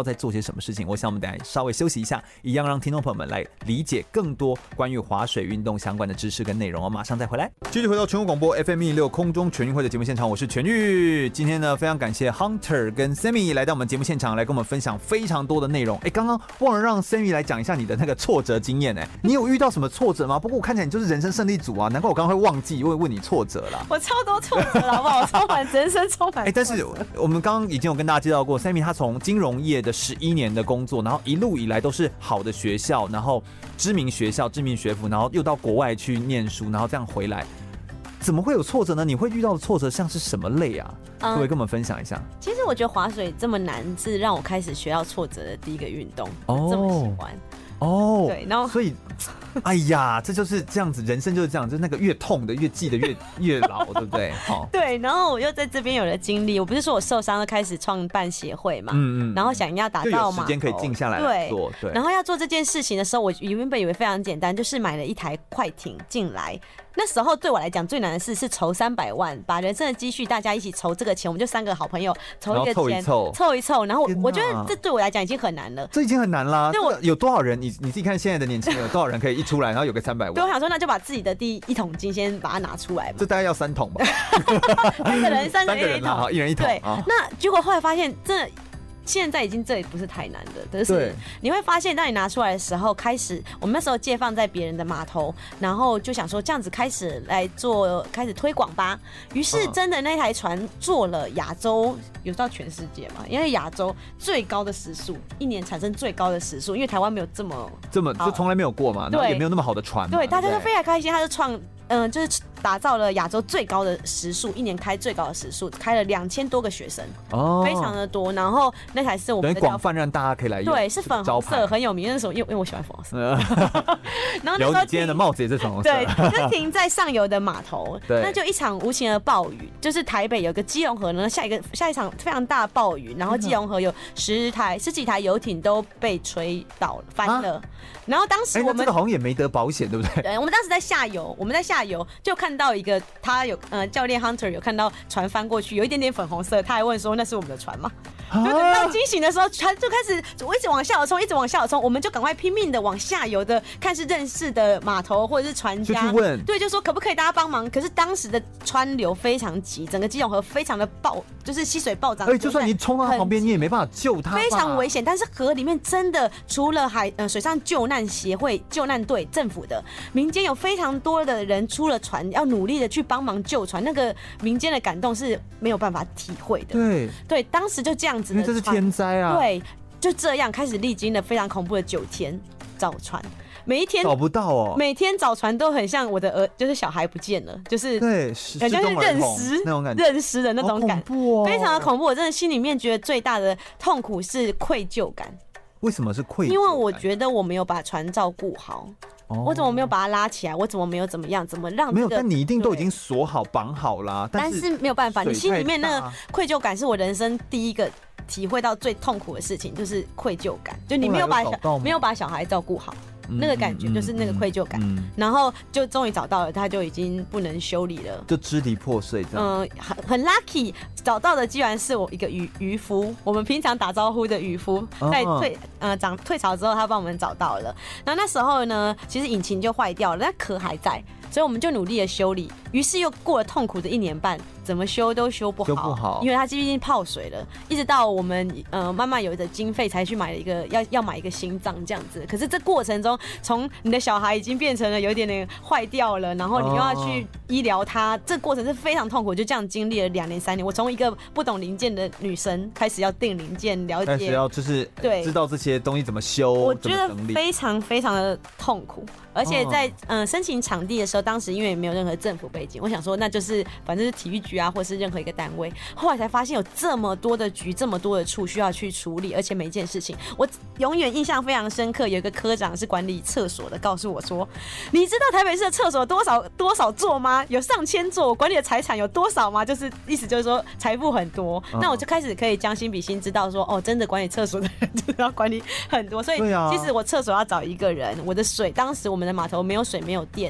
要在做些什么事情？我想我们等一下稍微休息一下，一样让听众朋友们来理解更多关于滑水运动相关的知识跟内容哦。马上再回来，继续回到全国广播 FM106空中全运会的节目现场，我是全玉。今天呢，非常感谢 Hunter 跟 Sammy 来到我们节目现场，来跟我们分享非常多的内容。刚刚忘了让 Sammy 来讲一下你的那个挫折经验你有遇到什么挫折吗？不过我看起来你就是人生胜利组啊，难怪我刚刚会忘记问你挫折了。 我超多挫折了，好不好？我充满人生充满。 但是我们刚刚已经有跟大家介绍过 ，Sammy 他从金融业的11年的工作，然后一路以来都是好的学校，然后知名学校、知名学府，然后又到国外去念书，然后这样回来。怎么会有挫折呢？你会遇到的挫折像是什么类啊？可不可以跟我们分享一下？ 其实我觉得滑水这么难，是让我开始学到挫折的第一个运动。这么喜欢。对，然后所以，哎呀，这就是这样子，人生就是这样，就是那个越痛的越记得越牢，对不对？ 对，然后我又在这边有了经历，我不是说我受伤就开始创办协会嘛，然后想要打造码头， 就有时间可以静下来做，对。 然后要做这件事情的时候，我原本以为非常简单，就是买了一台快艇进来。那时候对我来讲最难的事是筹300万，把人生的积蓄大家一起筹这个钱，我们就3个好朋友筹一个钱，凑一凑。然后我觉得这对我来讲已经很难了， 这已经很难啦。对，有多少人？你自己看现在的年轻人，有多少人可以一出来然后有个300万？ 对，我想说那就把自己的第一桶金先把它拿出来嘛。 这大概要3桶吧三个人一桶， 一人一桶。 对，那结果后来发现这。现在已经这也不是太难的，但是你会发现，当你拿出来的时候，开始我们那时候借放在别人的码头，然后就想说这样子开始来做，开始推广吧。于是真的那台船做了亚洲，有到全世界嘛？因为亚洲最高的时速，一年产生最高的时速，因为台湾没有这么就从来没有过嘛，然后也没有那么好的船嘛。对，大家都非常开心，他就就是打造了亚洲最高的时速，一年开最高的时速，开了2000多个学生，非常的多。然后那台是我们的广泛让大家可以来用， 对，是粉红色，很有名。那时候因为我喜欢粉红色，然后那时候今天的帽子也是粉红色， 对，就停在上游的码头，那就一场无情的暴雨，就是台北有个基隆河呢，下一场非常大的暴雨，然后基隆河有十几台游艇都被吹倒了，翻了。然后当时我们这个好像也没得保险，对不对？ 对，我们当时在下游，就看到一个他有教练 Hunter 有看到船翻过去，有一点点粉红色，他还问说那是我们的船吗？就等到惊醒的时候，他就开始一直往下游冲，一直往下游冲，我们就赶快拼命的往下游的看是认识的码头或者是船家， 就去问， 对，就说可不可以大家帮忙？可是当时的川流非常急，整个基隆河非常的就是溪水暴涨， 就算你冲到他旁边，你也没办法救他， 非常危险。但是河里面真的除了水上救难协会、救难队、政府的民间有非常多的人出了船，要努力的去帮忙救船，那个民间的感动是没有办法体会的。对，当时就这样子的， 因为这是天灾啊。 对，就这样开始历经了非常恐怖的9天找船。每一天找不到哦， 每天找船都很像我的就是小孩不见了，就是对， 好像是认尸那种感觉， 认尸的那种感， 好恐怖哦， 非常的恐怖。我真的心里面觉得最大的痛苦是愧疚感。 为什么是愧疚感？ 因为我觉得我没有把船照顾好。我怎么没有把它拉起来？我怎么没有怎么样？怎么让没有？ 但你一定都已经锁好、绑好啦。但是没有办法，你心里面那个愧疚感是我人生第一个体会到最痛苦的事情，就是愧疚感。就你没有把小孩照顾好。那个感觉就是那个愧疚感，然后就终于找到了，他就已经不能修理了， 就支离破碎这样。 很 lucky 找到的，居然是我一个渔夫，我们平常打招呼的渔夫，在退潮之后，他帮我们找到了。然后那时候呢，其实引擎就坏掉了，但壳还在，所以我们就努力的修理。于是又过了痛苦的1年半，怎么修都修不好，因为它毕竟泡水了。一直到我们慢慢有的经费才去买了一个要买一个心脏这样子。可是这过程中，从你的小孩已经变成了有一点点坏掉了，然后你又要去医疗它，这过程是非常痛苦。就这样经历了2年3年，我从一个不懂零件的女生开始要订零件，了解， 开始要就是知道这些东西怎么修， 我觉得非常非常的痛苦。而且在申请场地的时候，当时因为没有任何政府背景，我想说那就是反正是体育局啊，或是任何一个单位。后来才发现有这么多的局，这么多的处需要去处理，而且每一件事情，我永远印象非常深刻。有一个科长是管理厕所的，告诉我说：“你知道台北市的厕所多少座吗？有上千座。我管理的财产有多少吗？就是意思就是说财富很多。那我就开始可以将心比心，知道说哦，真的管理厕所的人就是要管理很多。所以其实我厕所要找一个人，我的水当时我们的码头没有水没有电，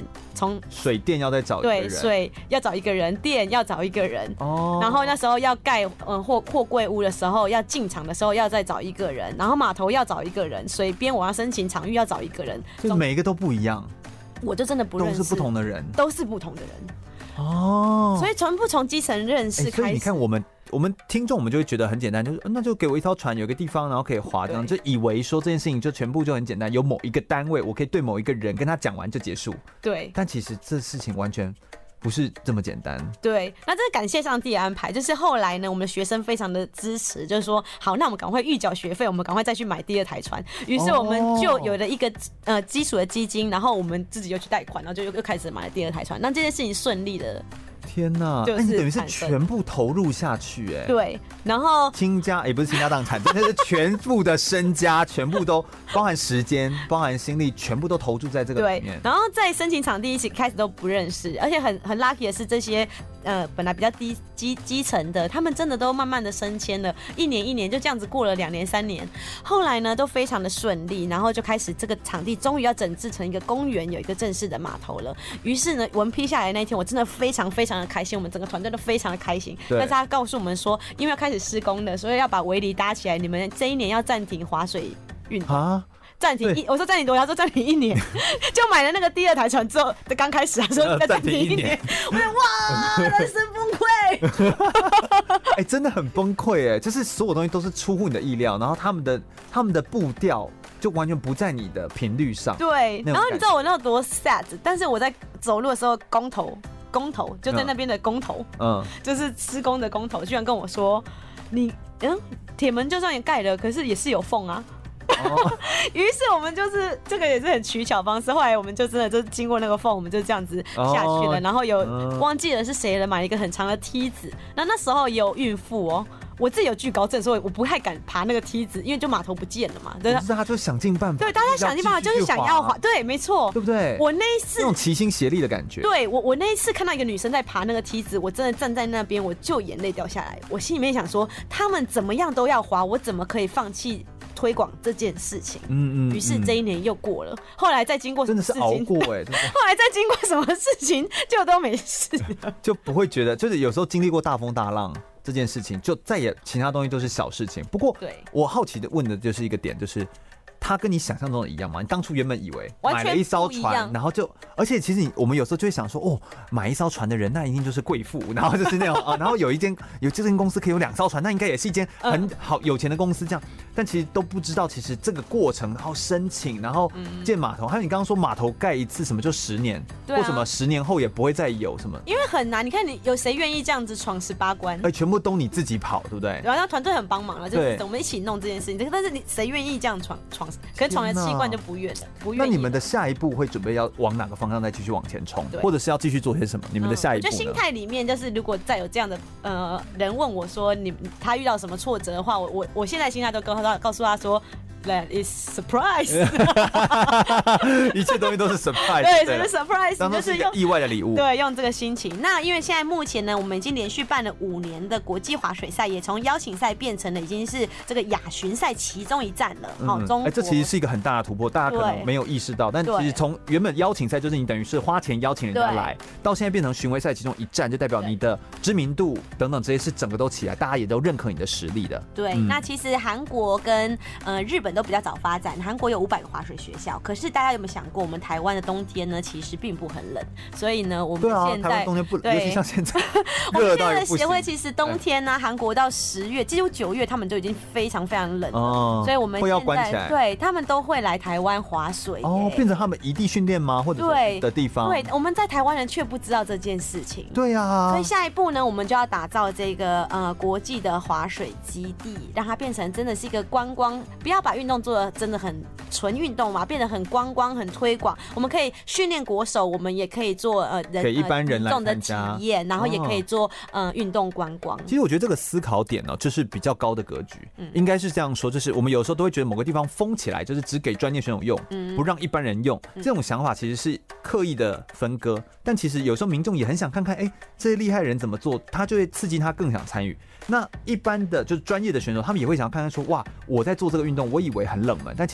从水电要再找一个人， 对，水要找一个人，电要找一个人，然后那时候要盖货柜屋的时候，要进场的时候要再找一个人，然后码头要找一个人，水边我要申请场域要找一个人， 就每一个都不一样， 我就真的不认识， 都是不同的人， 都是不同的人。所以全部从基层认识开始。 所以你看我们听众，我们就会觉得很简单，就是那就给我一艘船，有个地方，然后可以划，这样就以为说这件事情就全部就很简单，有某一个单位，我可以对某一个人跟他讲完就结束。 对， 但其实这事情完全不是这么简单。 对，那这是感谢上帝的安排。就是后来呢，我们的学生非常的支持，就是说，好，那我们赶快预缴学费，我们赶快再去买第二台船。于是我们就有了一个基础的基金，然后我们自己又去贷款，然后就又开始买了第二台船。那这件事情顺利的。 天哪！ 就是你等于是全部投入下去，哎， 对，然后倾家也不是倾家荡产，真的是全部的身家，全部都包含时间、包含心力，全部都投注在这个里面。 对，然后在申请场地一起开始都不认识，而且很 lucky 的是这些本来比较基层的，他们真的都慢慢的升迁了，一年就这样子过了2年3年，后来呢都非常的顺利，然后就开始这个场地终于要整治成一个公园，有一个正式的码头了。于是呢，文批下来那一天，我真的非常非常的开心，我们整个团队都非常的开心。但是他告诉我们说，因为要开始施工了，所以要把围篱搭起来，你们这一年要暂停划水运动啊。暂停我说暂停多久？他说暂停1年，就买了那个第二台船之后，刚开始他说要暂停1年，我说哇，人生崩溃， 哎，真的很崩溃哎，就是所有东西都是出乎你的意料，然后他们的步调就完全不在你的频率上。 对，然后你知道我那有多 sad， 但是我在走路的时候，工头就在那边的工头，就是施工的工头，居然跟我说，你铁门就算也盖了，可是也是有缝啊。于是我们就是这个也是很取巧方式，后来我们就真的就经过那个缝，我们就这样子下去了。然后有忘记了是谁了，买了一个很长的梯子。那时候也有孕妇哦，我自己有惧高症，所以我不太敢爬那个梯子，因为就码头不见了嘛。对， 大家就想尽办法， 对，大家想尽办法就是想要滑，对，没错， 对不对？ 我那一次那种齐心协力的感觉， 对我那一次看到一个女生在爬那个梯子，我真的站在那边，我就眼泪掉下来。我心里面想说，他们怎么样都要滑，我怎么可以放弃推广这件事情？于是这一年又过了，后来再经过什么事情，真的是熬过哎，后来再经过什么事情就都没事了， 就不会觉得，就是有时候经历过大风大浪这件事情，就再也其他东西都是小事情。不过，我好奇的问的就是一个点，就是它跟你想象中的一样吗？你当初原本以为买了一艘船，然后就，而且其实我们有时候就会想说，哦，买一艘船的人那一定就是贵妇，然后就是那种然后有这间公司可以有2艘船，那应该也是一间很好有钱的公司这样。但其实都不知道，其实这个过程，然后申请，然后建码头，还有你刚刚说码头盖一次什么就10年，或什么10年后也不会再有什么， 因为很难。你看你有谁愿意这样子闯18关？ 全部都你自己跑，对不对？ 然后团队很帮忙了，就是我们一起弄这件事情。但是你谁愿意这样闯？可能闯了7关就不愿了，不愿意。 那你们的下一步会准备要往哪个方向再继续往前冲，或者是要继续做些什么？你们的下一步呢？ 我觉得心态里面就是，如果再有这样的人问我说他遇到什么挫折的话，我现在心态都告诉他说。That is surprise， 一切东西都是 surprise， 对，这是 surprise， 就是用意外的礼物， 对，用这个心情。那因为现在目前呢，我们已经连续办了5年的国际滑水赛，也从邀请赛变成了已经是这个亚巡赛其中一站了。中国， 这其实是一个很大的突破，大家可能没有意识到，但其实从原本邀请赛就是你等于是花钱邀请人家来，到现在变成巡回赛其中一站，就代表你的知名度等等这些是整个都起来，大家也都认可你的实力的。 对，那其实韩国跟日本都比较早发展，韩国有500个滑水学校，可是大家有没有想过，我们台湾的冬天呢，其实并不很冷，所以呢，我们现在台湾冬天不，尤其像现在我们现在的协会其实冬天呢，韩国到10月，几乎9月，他们就已经非常非常冷了，所以我们现在对他们都会来台湾滑水， 变成他们异地训练吗？或者的地方？ 对，我们在台湾人却不知道这件事情。 对呀， 所以下一步呢，我们就要打造这个国际的滑水基地，让它变成真的是一个观光，不要把运动做的真的很纯运动嘛，变得很观光、很推广。我们可以训练国手，我们也可以做给一般人来参加体验，然后也可以做运动观光。 其实我觉得这个思考点呢，就是比较高的格局，应该是这样说，就是我们有时候都会觉得某个地方封起来，就是只给专业选手用，不让一般人用。这种想法其实是刻意的分割，但其实有时候民众也很想看看，这些厉害人怎么做，他就会刺激他更想参与。那一般的就是专业的选手，他们也会想要看看说，哇，我在做这个运动，我以为很冷门，但其实一般民众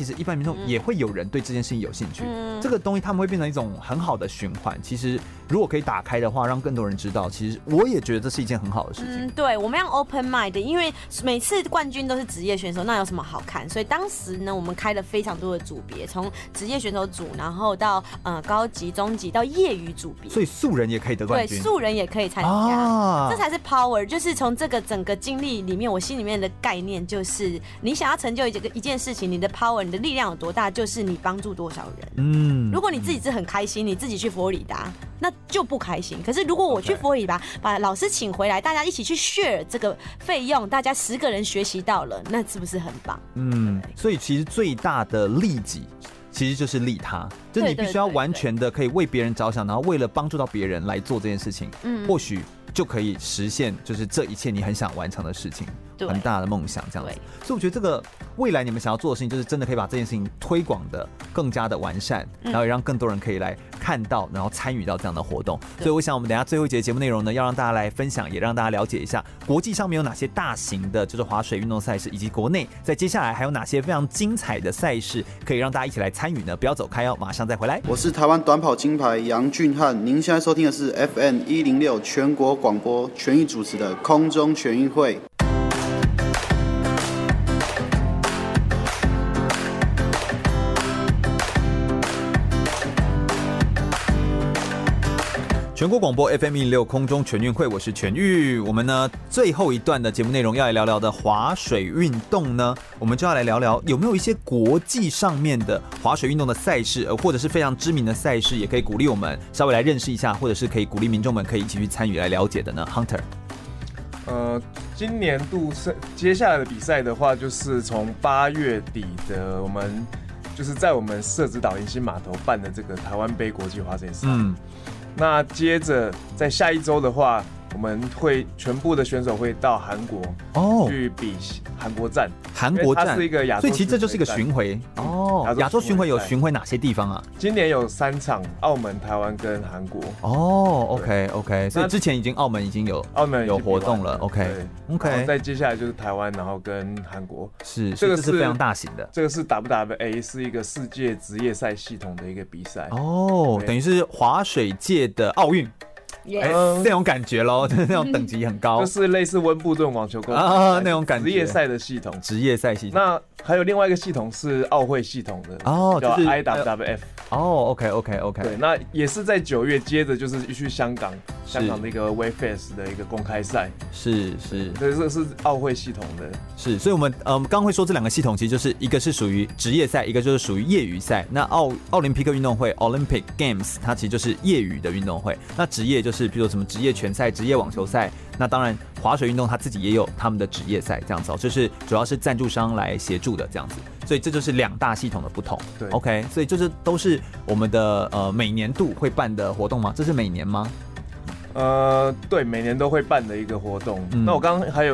众也会有人对这件事情有兴趣，这个东西他们会变成一种很好的循环。其实如果可以打开的话，让更多人知道，其实我也觉得这是一件很好的事情。 对，我们要 open mind， 因为每次冠军都是职业选手，那有什么好看？所以当时呢，我们开了非常多的组别，从职业选手组，然后到高级、中级到业余组别， 所以素人也可以得冠军， 对，素人也可以参加，这才是 power。就是从这个整个经历里面，我心里面的概念就是，你想要成就一件事情，你的 power， 你的力量有多大，就是你帮助多少人。如果你自己是很开心，你自己去佛罗里达，那就不开心。可是如果我去佛罗里达，把老师请回来，大家一起去 share 这个费用，大家10个人学习到了，那是不是很棒？ 所以其实最大的利己其实就是利他，就你必须要完全的可以为别人着想，然后为了帮助到别人来做这件事情，或许就可以实现就是这一切你很想完成的事情，很大的梦想这样子。所以我觉得这个未来你们想要做的事情，就是真的可以把这件事情推广的更加的完善，然后也让更多人可以来看到，然后参与到这样的活动。所以我想我们等一下最后一节节目内容呢，要让大家来分享，也让大家了解一下国际上面有哪些大型的就是滑水运动赛事，以及国内在接下来还有哪些非常精彩的赛事可以让大家一起来参与呢？不要走开哦，马上再回来。 我是台湾短跑金牌杨俊翰，您现在收听的是 FM 106全国广播全域主持的空中全运会。 全国广播 FM 106空中全运会，我是全玉。我们呢最后一段的节目内容要来聊聊的滑水运动呢，我们就要来聊聊有没有一些国际上面的滑水运动的赛事，或者是非常知名的赛事，也可以鼓励我们稍微来认识一下，或者是可以鼓励民众们可以一起去参与来了解的呢 ？Hunter， 今年度接下来的比赛的话，就是从8月底的我们就是在我们社子岛迎新码头办的这个台湾杯国际滑水赛。那接着在下一周的话，我们会全部的选手会到韩国去比韩国站。韩国站，它是一个亚洲， 所以其实这就是一个巡回哦。亚洲巡回有巡回哪些地方啊？ 今年有3场，澳门、台湾跟韩国。 OK， 所以之前澳门已经有活动了。OK， 再接下来就是台湾，然后跟韩国。 是，这个是非常大型的。 这个是 WWA， 是一个世界职业赛系统的一个比赛。 等于是滑水界的奥运。那种感觉咯，那种等级很高， 就是类似温布顿网球公司那种感觉， 职业赛的系统， 职业赛系统。 那还有另外一个系统是奥会系统的叫 IWF。 OK。 对，那也是在9月，接着就是去香港的一个 Wayfest 的一个公开赛。 是， 对，这是奥会系统的。 是，所以我们刚刚会说这2个系统，其实就是一个是属于职业赛，一个就是属于业余赛。那奥林匹克运动会 Olympic Games 它其实就是业余的运动会，那职业就是比如说什么职业拳赛、职业网球赛。那当然滑水运动它自己也有他们的职业赛这样子就是主要是赞助商来协助的这样子，所以这就是2大系统的不同。 对 ，OK， 所以这都是我们的每年度会办的活动吗？这是每年吗？ 对，每年都会办的一个活动。那我刚刚还有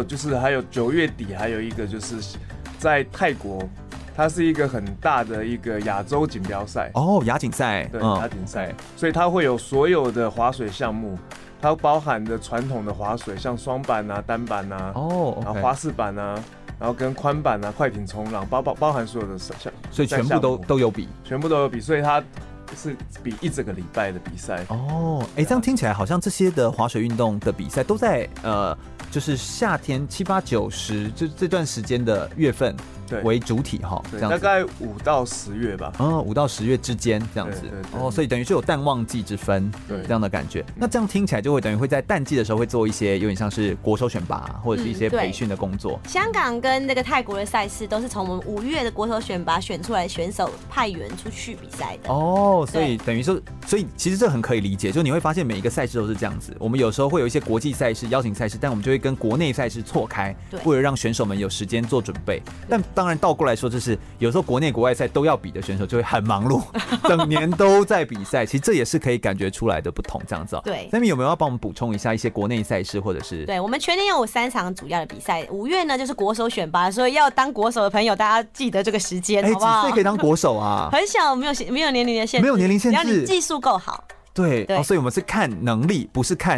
9月底还有一个就是在泰国，它是一个很大的一个亚洲锦标赛。 亚锦赛。 对，亚锦赛，所以它会有所有的滑水项目。它包含的传统的滑水，像双板啊、单板啊，然后花式板啊，然后跟宽板啊、快艇冲浪，包含所有的项， 所以全部都有比， 全部都有比，所以它是比一整个礼拜的比赛。 这样听起来好像这些的滑水运动的比赛都在就是夏天7、8、9、10这段时间的月份为主体哈，这样子大概5到10月吧。 5到10月之间这样子。 对， 所以等于是有淡旺季之分，这样的感觉。那这样听起来就会等于会在淡季的时候会做一些有点像是国手选拔或者是一些培训的工作。 香港跟那个泰国的赛事都是从我们5月的国手选拔选出来的选手派员出去比赛的。 所以等于说，所以其实这很可以理解，就你会发现每一个赛事都是这样子。我们有时候会有一些国际赛事、邀请赛事，但我们就会跟国内赛事错开，为了让选手们有时间做准备。但当然倒过来说，就是有时候国内国外赛都要比的选手就会很忙碌，整年都在比赛。其实这也是可以感觉出来的不同，这样子。 对， 那边有没有要帮我们补充一下一些国内赛事，或者是？ 对，我们全年有3场主要的比赛。5月呢就是国手选拔，所以要当国手的朋友，大家记得这个时间，好不好？ 几岁可以当国手啊？ 很小，没有年龄的限制， 没有年龄限制， 只要你技术够好。 对，所以我们是看能力，不是看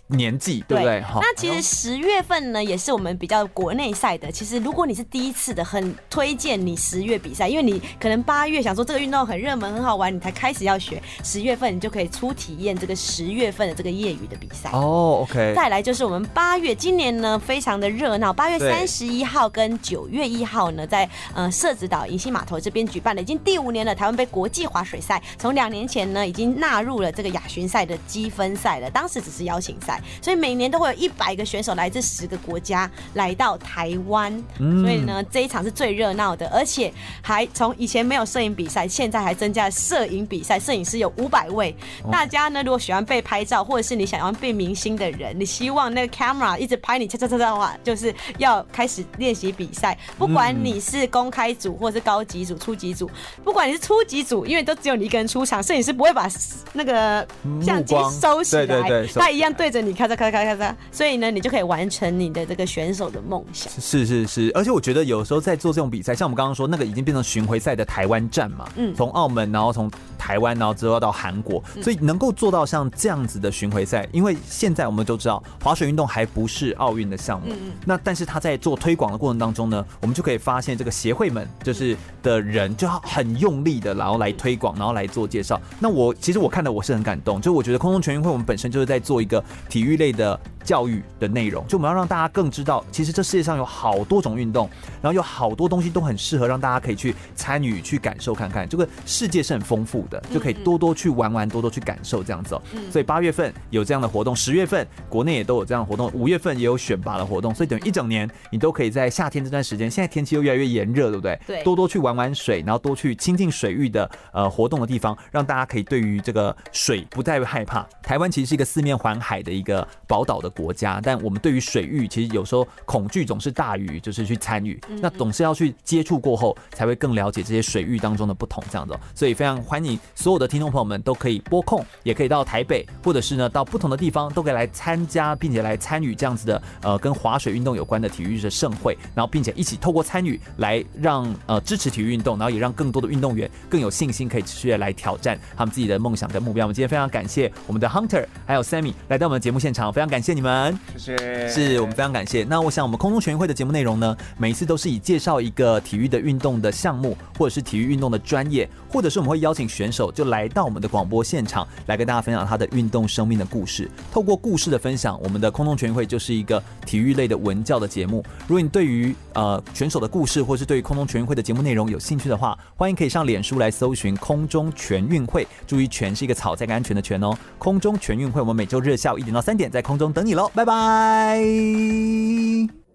年纪，对不对？ 那其实10月份呢，也是我们比较国内赛的。其实如果你是第一次的，很推荐你10月比赛，因为你可能8月想说这个运动很热门、很好玩，你才开始要学，10月份你就可以初体验这个10月份的这个业余的比赛。 哦 ，OK。 再来就是我们8月，今年呢非常的热闹，8月31号跟9月1号呢，在社子岛银溪码头这边举办了，已经第5年了。台湾杯国际滑水赛从2年前呢，已经纳入了这个亚巡赛的积分赛了，当时只是邀请赛，所以每年都会有100个选手来自10个国家来到台湾，所以呢这一场是最热闹的，而且还从以前没有摄影比赛，现在还增加了摄影比赛，摄影师有500位。大家呢如果喜欢被拍照，或者是你想要变明星的人，你希望那个 camera 一直拍你嚓的话，就是要开始练习比赛。不管你是公开组或是高级组、初级组，不管你是初级组，因为都只有你一个人出场，摄影师不会把那个相机收起来，对，他一样对着你咔嚓咔嚓咔嚓，所以呢，你就可以完成你的这个选手的梦想。 是，而且我觉得有时候在做这种比赛，像我们刚刚说那个已经变成巡回赛的台湾站嘛，从澳门，然后从台湾，然后之后到韩国，所以能够做到像这样子的巡回赛，因为现在我们都知道滑水运动还不是奥运的项目，那但是他在做推广的过程当中呢，我们就可以发现这个协会们就是的人就很用力的，然后来推广，然后来做介绍。那其实我看的我是很感动，就我觉得空中全运会我们本身就是在做一个体育类的教育的内容，就我们要让大家更知道，其实这世界上有好多种运动，然后有好多东西都很适合让大家可以去参与、去感受看看。这个世界是很丰富的，就可以多多去玩玩，多多去感受这样子哦。所以8月份有这样的活动，10月份国内也都有这样的活动，5月份也有选拔的活动，所以等于一整年你都可以在夏天这段时间，现在天气又越来越炎热，对不对？ 对， 多多去玩玩水，然后多去亲近水域的活动的地方，让大家可以对于这个水不再害怕。台湾其实是一个四面环海的一个宝岛的国家，但我们对于水域其实有时候恐惧总是大于就是去参与，那总是要去接触过后才会更了解这些水域当中的不同这样子。所以非常欢迎所有的听众朋友们都可以拨空，也可以到台北，或者是呢到不同的地方都可以来参加，并且来参与这样子的跟滑水运动有关的体育的盛会，然后并且一起透过参与来让支持体育运动，然后也让更多的运动员更有信心可以持续的来挑战他们自己的梦想跟目标。我们今天非常感谢我们的 Hunter 还有 Sammy 来到我们的节目现场，非常感谢你们， 谢谢， 是我们非常感谢。那我想我们空中全运会的节目内容呢，每一次都是以介绍一个体育的运动的项目，或者是体育运动的专业，或者是我们会邀请选手就来到我们的广播现场，来跟大家分享他的运动生命的故事。透过故事的分享，我们的空中全运会就是一个体育类的文教的节目。如果你对于选手的故事，或是对于空中全运会的节目内容有兴趣的话，欢迎可以上脸书来搜寻空中全运会，注意全是一个草在一个安全的全哦。空中全运会，我们每周日下午1点到3点在空中等你喽，拜拜。